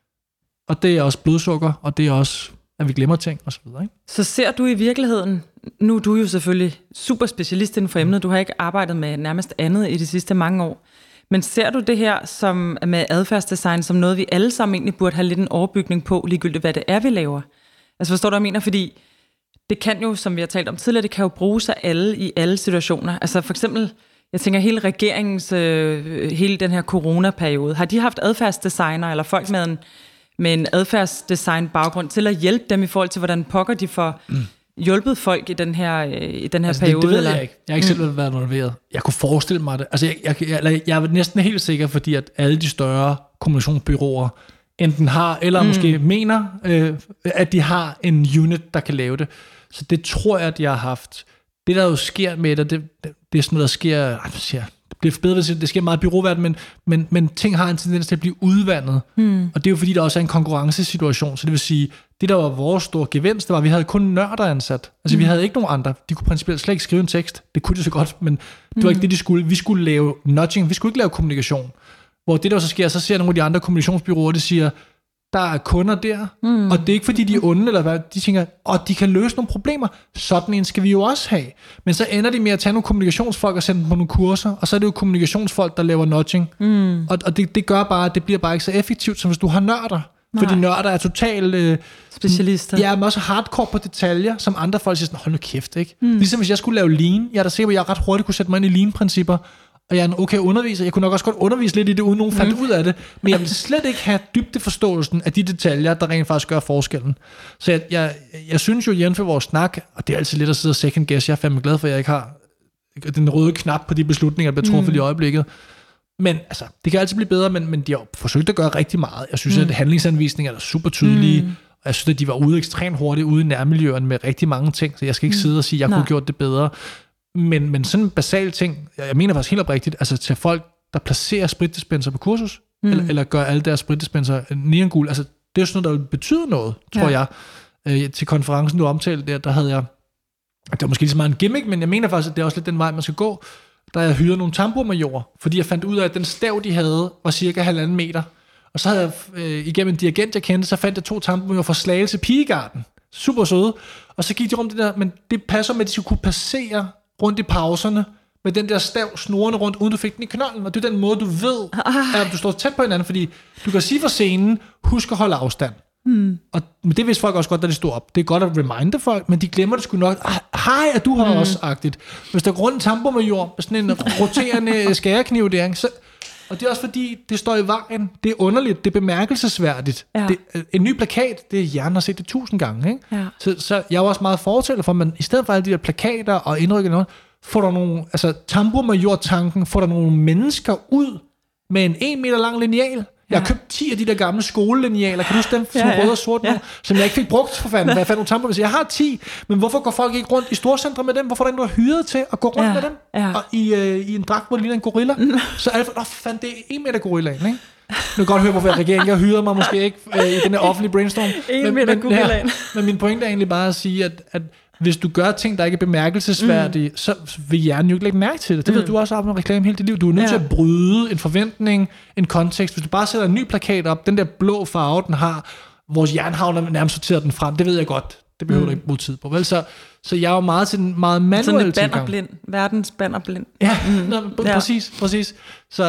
og det er også blodsukker, og det er også, at vi glemmer ting, og så videre. Ikke? Så ser du i virkeligheden, nu er du jo selvfølgelig super specialist inden for emnet, du har ikke arbejdet med nærmest andet i de sidste mange år, men ser du det her som, med adfærdsdesign som noget, vi alle sammen egentlig burde have lidt en overbygning på, ligegyldigt hvad det er, vi laver? Altså forstår du, hvad jeg mener? Fordi det kan jo, som vi har talt om tidligere, det kan jo bruges af alle i alle situationer. Altså for eksempel, jeg tænker hele regeringens, øh, hele den her coronaperiode, har de haft adfærdsdesigner, eller folk med en, med en adfærdsdesign baggrund til at hjælpe dem i forhold til, hvordan pokker de får mm. hjulpet folk i den her, øh, i den her altså, periode? Det, det ved eller? jeg ikke. Jeg har ikke selv mm. været involveret. Jeg kunne forestille mig det. Altså jeg, jeg, jeg, jeg er næsten helt sikker, fordi at alle de større kommunikationsbyråer enten har, eller mm. måske mener, øh, at de har en unit, der kan lave det. Så det tror jeg, at jeg har haft. Det, der jo sker med det, det, det er sådan noget, der sker, det bliver bedre, det sker meget byråverden, men, men, men ting har en tendens til at blive udvandet. Mm. Og det er jo fordi, der også er en konkurrencesituation. Så det vil sige, det der var vores store gevinst, det var, at vi havde kun nørder ansat. Altså mm. vi havde ikke nogen andre. De kunne principielt slet ikke skrive en tekst. Det kunne de så godt, men det var mm. ikke det, de skulle. Vi skulle lave nudging, vi skulle ikke lave kommunikation. Hvor det der så sker, så ser nogle af de andre kommunikationsbyråer, det siger, der er kunder der, mm. og det er ikke fordi, de er onde, eller hvad, de tænker, og de kan løse nogle problemer, sådan en skal vi jo også have. Men så ender de med at tage nogle kommunikationsfolk og sende dem på nogle kurser, og så er det jo kommunikationsfolk, der laver nudging. Mm. Og, og det, det gør bare, at det bliver bare ikke så effektivt, som hvis du har nørder. Nej. Fordi nørder er totalt øh, specialister. Ja, men også hardcore på detaljer, som andre folk siger sådan, hold nu kæft, ikke? Mm. Ligesom hvis jeg skulle lave lean, jeg er da sikker på, at jeg ret hurtigt kunne sætte mig ind i lean-principper, og jeg er en okay underviser. Jeg kunne nok også godt undervise lidt i det, uden nogen fandt mm. ud af det. Men jeg vil slet ikke have dybdeforståelsen af de detaljer, der rent faktisk gør forskellen. Så jeg, jeg, jeg synes jo, jævnt for vores snak, og det er altid lidt at sidde og second guess, jeg er fandme glad for, at jeg ikke har den røde knap på de beslutninger, der bliver truffet mm. i øjeblikket. Men altså, det kan altid blive bedre, men, men de har forsøgt at gøre rigtig meget. Jeg synes, mm. at handlingsanvisninger er super tydelige, mm. og jeg synes, at de var ude ekstremt hurtigt ude i nærmiljøerne med rigtig mange ting, så jeg skal ikke mm. sidde og sige, at jeg Nej. kunne have gjort det bedre. Men, men sådan en basal ting, jeg mener faktisk helt oprigtigt, altså til folk, der placerer spritdispenser på kursus, mm. eller, eller gør alle deres spritdispenser neongul, altså det er jo sådan noget, der betyder noget, tror ja. jeg. Øh, til konferencen, du omtalte der, der havde jeg, det var måske lige så meget en gimmick, men jeg mener faktisk, at det er også lidt den vej, man skal gå, der jeg hyrede nogle tamburmajorer, fordi jeg fandt ud af, at den stav, de havde, var cirka halvanden meter. Og så havde jeg øh, igennem en dirigent, jeg kendte, så fandt jeg to tamburmajorer fra Slagelse Pigegarden. Super søde. Og så gik de rundt det der, men det passer med, at de skulle kunne passere rundt i pauserne, med den der stav snorende rundt, uden du fik den i knolden. Og det er den måde, du ved, at du står tæt på hinanden, fordi du kan sige for scenen, husk at holde afstand. Mm. Og men det vidste folk også godt, da de stod op. Det er godt at reminde folk, men de glemmer det sgu nok. Hej, er du her mm. også agtigt. Hvis der går rundt en tamburmajor med sådan en roterende skærekniv der, så, og det er også fordi, det står i vejen. Det er underligt, det er bemærkelsesværdigt. Ja. Det, en ny plakat, det er hjernen har set det tusind gange. Ikke? Ja. Så, så jeg er også meget fortæller for, men i stedet for alle de der plakater og indrykker noget, får der nogle, altså tamburmajor-tanken, får der nogle mennesker ud med en en meter lang lineal. Jeg har købt ti af de der gamle skolelinealer, kan du huske dem, som ja, ja. røde og sort nu, ja. som jeg ikke fik brugt for fanden, hvad jeg fandt nogle tamburmajor. Jeg har ti, men hvorfor går folk ikke rundt i storcentre med dem? Hvorfor er der ingen, der er hyret til at gå rundt ja. med dem? Ja. Og i, øh, i en dragt, hvor det ligner en gorilla? Mm. Så er det for, åh fanden, det er en meter gorillaen, ikke? Nu kan godt høre, hvorfor regeringen har hyret mig måske ikke øh, i den her offentlige brainstorm. en meter gorillaen. Ja, men min pointe er egentlig bare at sige, at, at hvis du gør ting, der ikke er bemærkelsesværdige, mm. så vil hjernen jo ikke lægge mærke til det. Det mm. ved du også, at med reklame hele dit liv. Du er nødt ja. til at bryde en forventning, en kontekst. Hvis du bare sætter en ny plakat op, den der blå farve, den har, vores hjerne har nærmest sorteret den frem. Det ved jeg godt. Det behøver mm. du ikke bruge tid på. Vel? Så, så jeg er jo meget til den meget manuelle tilgang. Sådan et bannerblind. Verdens bannerblind. Ja, mm. nå, b- ja. præcis, præcis. Så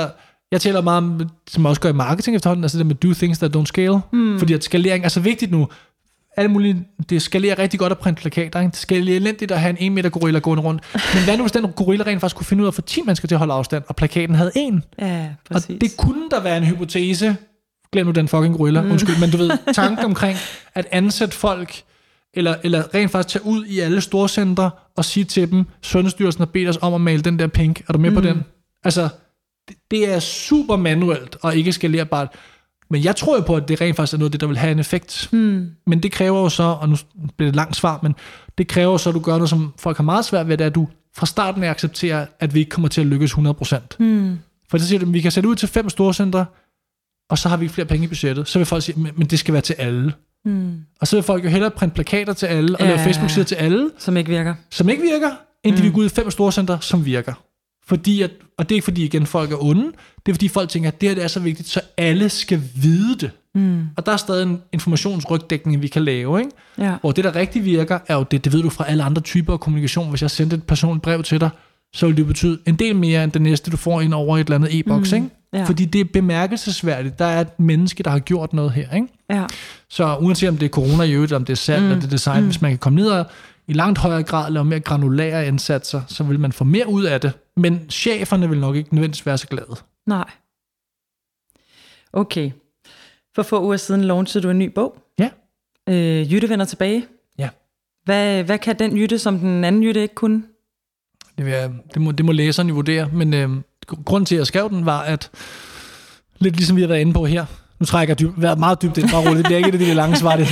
Jeg taler meget om, som jeg også gør i marketing efterhånden, altså det med do things that don't scale. Mm. Fordi at skalering er så vigtigt nu. Alle mulige, det skalerer rigtig godt at printe plakater. Ikke? Det skalerer elendigt at have en en meter gorilla gående rundt. Men hvad nu, hvis den gorilla rent faktisk kunne finde ud af at få ti mennesker til at holde afstand, og plakaten havde en? Ja, præcis. Og det kunne der være en hypotese. Glem nu den fucking gorilla, mm. undskyld. Men du ved, tanken omkring at ansætte folk, eller, eller rent faktisk tage ud i alle storcentre og sige til dem, Sundhedsstyrelsen har bedt os om at male den der pink. Er du med mm. på den? Altså, det, det er super manuelt og ikke skalerbart. Men jeg tror jo på, at det rent faktisk er noget af det, der vil have en effekt. Mm. Men det kræver jo så, og nu bliver det et langt svar, men det kræver jo så, at du gør noget, som folk har meget svært ved, det er, at du fra starten af accepterer, at vi ikke kommer til at lykkes hundrede procent. Mm. For så siger du, at vi kan sætte ud til fem storcentre, og så har vi ikke flere penge i budgettet. Så vil folk sige, men det skal være til alle. Mm. Og så vil folk jo hellere printe plakater til alle, og ja, lave Facebook-sider til alle. Som ikke virker. Som ikke virker, end mm. de vil gå ud i fem storcentre, som virker. Fordi at, og det er ikke fordi, igen, folk er onde. Det er fordi, folk tænker, at det her det er så vigtigt, så alle skal vide det. Mm. Og der er stadig en informationsrygdækning, vi kan lave. Ikke? Ja. Og det, der rigtig virker, er jo det, det ved du fra alle andre typer af kommunikation. Hvis jeg sendte et personligt brev til dig, så vil det betyde en del mere, end det næste, du får ind over et eller andet e-boks. Mm. Ikke? Ja. Fordi det er bemærkelsesværdigt. Der er et menneske, der har gjort noget her. Ikke? Ja. Så uanset om det er corona i øvrigt, om det er salg, mm. eller det er design, mm. hvis man kan komme ned og i langt højere grad lave mere granulære indsatser, så vil man få mere ud af det. Men cheferne vil nok ikke nødvendigvis være så glade. Nej. Okay. For få uger siden launchede du en ny bog. Ja. Øh, Jytte vender tilbage. Ja. Hvad, hvad kan den Jytte, som den anden Jytte ikke kunne? Det, vil jeg, det, må, det må læserne vurdere, men øh, grunden til, at jeg skrev den, var, at lidt ligesom vi har været inde på her, nu trækker jeg dyb, været meget dybt ind, bare roligt, det bliver ikke det, det lange svar, det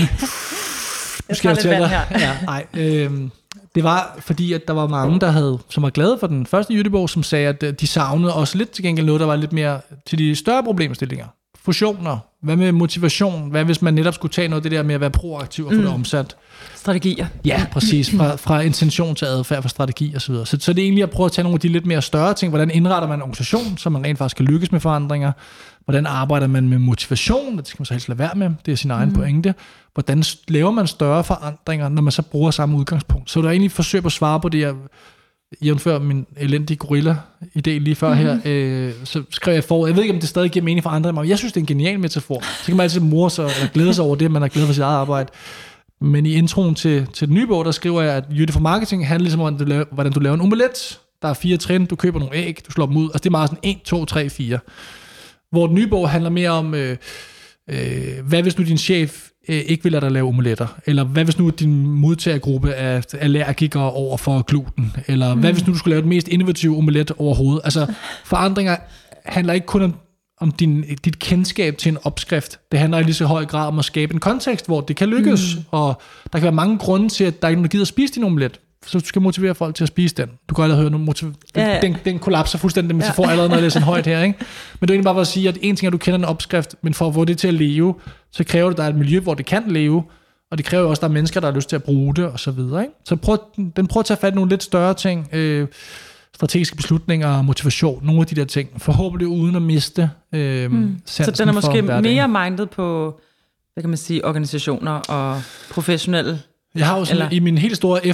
jeg skal lidt vand her. Ja, nej, øh, det var fordi, at der var mange, der havde, som var glade for den første Jytte-bog, som sagde, at de savnede også lidt til gengæld noget, der var lidt mere til de større problemstillinger. Fusioner. Hvad med motivation? Hvad hvis man netop skulle tage noget af det der med at være proaktiv og få mm. det omsat? Strategier. Ja, præcis. Fra, fra intention til adfærd, fra strategi og så videre. Så, så det er egentlig at prøve at tage nogle af de lidt mere større ting. Hvordan indretter man en organisation, så man rent faktisk kan lykkes med forandringer? Hvordan arbejder man med motivation? Det skal man så helst lade være med. Det er sin egen mm. pointe. Hvordan laver man større forandringer, når man så bruger samme udgangspunkt? Så der er egentlig et forsøg på at svare på det, jeg jævnfør min elendige gorilla-idé lige før mm-hmm. her, øh, så skrev jeg for, jeg ved ikke, om det stadig giver mening for andre, men jeg synes, det er en genial metafor. Så kan man altid more sig og glæde sig over det, man har glædet for sit eget arbejde. Men i introen til, til den nye bog, der skriver jeg, at Jytte for marketing handler ligesom om, hvordan du laver en omelet. Der er fire trin, du køber nogle æg, du slår dem ud, altså det er meget sådan en, to, tre, fire. Hvor den nye bog handler mere om, øh, øh, hvad hvis nu din chef øh, ikke vil lade dig lave omeletter? Eller hvad hvis nu din modtagergruppe er allergikere over for gluten? Eller mm. hvad hvis nu du skulle lave den mest innovative omelet overhovedet? Altså forandringer handler ikke kun om, om din, dit kendskab til en opskrift. Det handler i lige så høj grad om at skabe en kontekst, hvor det kan lykkes. Mm. Og der kan være mange grunde til, at der ikke er nogen, der gider at spise din omelet. Så du skal motivere folk til at spise den. Du kan aldrig høre nogen motiv- ja, ja. Den, den kollapser fuldstændig, men ja. Så får allerede noget at læse en højt her. Ikke? Men det er egentlig bare for at sige, at en ting er, at du kender en opskrift, men for at få det til at leve, så kræver det, at der er et miljø, hvor det kan leve, og det kræver også, at der er mennesker, der har lyst til at bruge det, og så videre. Ikke? Så prøv, den prøver at tage fat i nogle lidt større ting, øh, strategiske beslutninger, motivation, nogle af de der ting, forhåbentlig uden at miste øh, mm. Så den er måske mere mindet på, hvad kan man sige, organisationer og professionelle. Jeg har jo sådan, i min helt store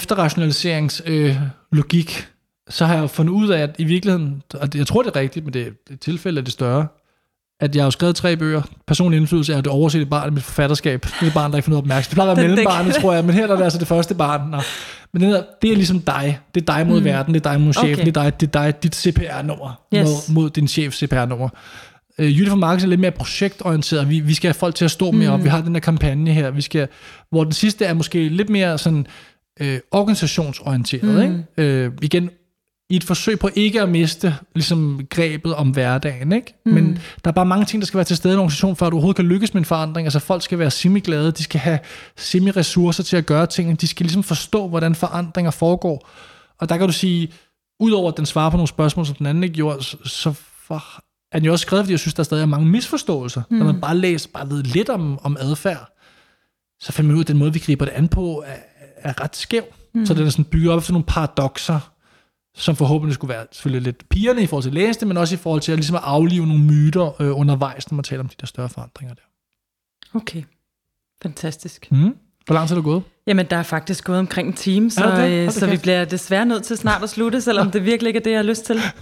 efterrationaliseringslogik, øh, så har jeg fundet ud af, at i virkeligheden, og jeg tror det er rigtigt, men det er et tilfælde af det større, at jeg har jo skrevet tre bøger. Personlig indflydelse er det oversete barn i mit forfatterskab. Det er et barn, der ikke får noget opmærksomhed. Det plejer at være mellembarnet, tror jeg, men her der er det altså det første barn. Nå. Men det, der, det er ligesom dig. Det er dig mod mm. verden, det er dig mod chefen, okay. det er dig, det er dig, dit C P R-nummer yes. mod, mod din chefs C P R-nummer. Uh, Jytte for marketing er lidt mere projektorienteret. Vi, vi skal have folk til at stå mere mm. op. Vi har den der kampagne her. Vi skal, hvor den sidste er måske lidt mere sådan øh, organisationsorienteret. Mm. Ikke? Uh, igen, i et forsøg på ikke at miste ligesom grebet om hverdagen. Ikke? Mm. Men der er bare mange ting, der skal være til stede i en organisation, for at du overhovedet kan lykkes med en forandring. Altså folk skal være semi-glade. De skal have semi-ressourcer til at gøre tingene. De skal ligesom forstå, hvordan forandringer foregår. Og der kan du sige, udover at den svarer på nogle spørgsmål, som den anden ikke gjorde, så for er den jo også skrevet, fordi jeg synes, der stadig er mange misforståelser. Mm. Når man bare læser, bare ved lidt om, om adfærd, så finder man ud af, at den måde, vi griber det an på, er, er ret skæv. Mm. Så den er sådan bygget op efter nogle paradoxer, som forhåbentlig skulle være selvfølgelig lidt pigerne i forhold til at læse det, men også i forhold til at, ligesom at aflive nogle myter øh, undervejs, når man taler om de der større forandringer der. Okay, fantastisk. Mm. Hvor lang tid er det gået? Jamen, der er faktisk gået omkring en time, så, okay. så vi bliver desværre nødt til snart at slutte, selvom det virkelig ikke er det, jeg har lyst til.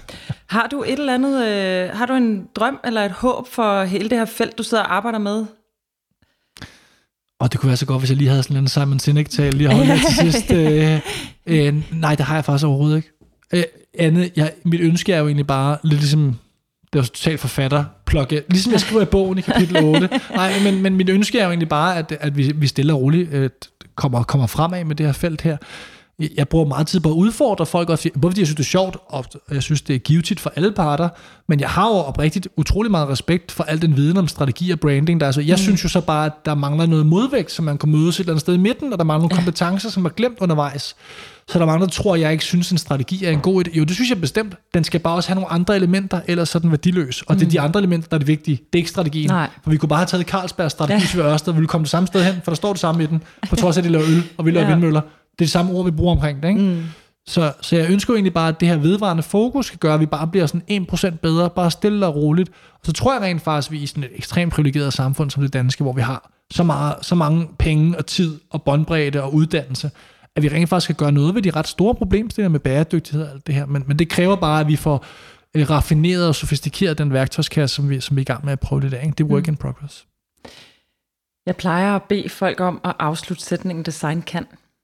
Har du et eller andet, øh, har du en drøm eller et håb for hele det her felt, du sidder og arbejder med? Og det kunne være så godt, hvis jeg lige havde sådan en Simon Sinek-tale lige holdt her til sidst. Øh, øh, nej, det har jeg faktisk overhovedet ikke. Øh, andet, jeg, mit ønske er jo egentlig bare lidt ligesom, det er jo totalt forfatter, plukke, ligesom jeg skriver i bogen i kapitel otte. Nej, men, men mit ønske er jo egentlig bare, at, at vi, vi stille og roligt øh, kommer, kommer fremad med det her felt her. Jeg bruger meget tid på at udfordre folk, også, både fordi jeg synes, det er sjovt, og jeg synes, det er givetigt for alle parter, men jeg har jo oprigtigt utrolig meget respekt for al den viden om strategi og branding. Der er, altså, jeg mm. synes jo så bare, at der mangler noget modvægt, så man kan mødes et eller andet sted i midten, og der mangler nogle ja. kompetencer, som er glemt undervejs. Så der er mange, der tror, at jeg ikke synes, at en strategi er en god idé. Jo, det synes jeg bestemt. Den skal bare også have nogle andre elementer, ellers er den værdiløs. Og mm. det er de andre elementer, der er det vigtige. Det er ikke strategien. Nej. For vi kunne bare have taget Carlsbergs strategi, hvis vi var Ørsted, og vi ville komme det samme sted hen, for der står det samme i den, på trods af, at de laver øl, og vi laver ja. vindmøller. Det er det samme ord, vi bruger omkring det, ikke? Mm. Så, så jeg ønsker jo egentlig bare, at det her vedvarende fokus skal gøre, at vi bare bliver sådan en procent bedre, bare stille og roligt. Og så tror jeg rent faktisk, at vi er i sådan et ekstremt privilegeret samfund som det danske, hvor vi har så, meget, så mange penge og tid og båndbredde og uddannelse, at vi rent faktisk skal gøre noget ved de ret store problemstillinger med bæredygtighed og alt det her. Men, men det kræver bare, at vi får øh, raffineret og sofistikeret den værktøjskasse, som vi, som vi er i gang med at prøve det der. Ikke? Det er work mm. in progress. Jeg plejer at bede folk om at afslutte sætningen design kan.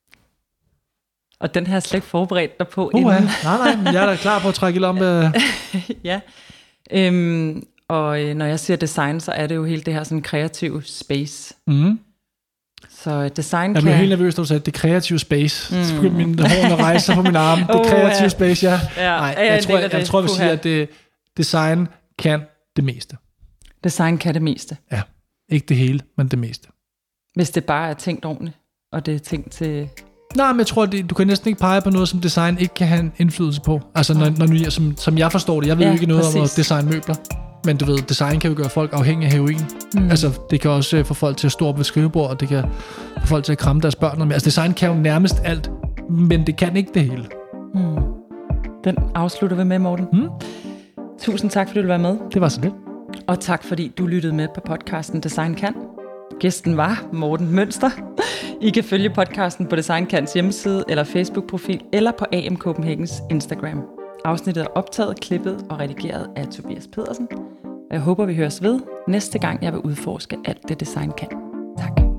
Og den har jeg slet ikke forberedt dig på. Uh, inden. Ja. Nej, nej, men jeg er da klar på at trække lidt om det. Ja, øhm, og øh, når jeg siger design, så er det jo hele det her sådan kreative space. Mm. Så design kan... Jeg blev helt nervøs, da du sagde, det kreative space. Mm. Så begyndte mine hårene at rejse sig på min arme. Det kreative oh, ja. space, ja. ja. Nej, jeg, jeg, tror, jeg, jeg tror, vi siger, at det, design kan det meste. Design kan det meste. Ja, ikke det hele, men det meste. Hvis det bare er tænkt ordentligt, og det er tænkt til... Nej, men jeg tror, det, du kan næsten ikke pege på noget, som design ikke kan have en indflydelse på. Altså, når, når nu, som, som jeg forstår det. Jeg ved ja, jo ikke noget præcis. om at designe møbler. Men du ved, design kan jo gøre folk afhængige af heroin. Mm. Altså, det kan også uh, få folk til at stå op ved skrivebord, og det kan få folk til at kramme deres børn. Altså, design kan jo nærmest alt, men det kan ikke det hele. Mm. Den afslutter vi med, Morten. Mm. Tusind tak, fordi du var med. Det var så lidt. Og tak, fordi du lyttede med på podcasten Design Kan. Gæsten var Morten Mønster. I kan følge podcasten på Design Kans hjemmeside eller Facebook-profil, eller på A M Copenhagens Instagram. Afsnittet er optaget, klippet og redigeret af Tobias Pedersen. Jeg håber, vi høres ved næste gang, jeg vil udforske alt det design kan. Tak.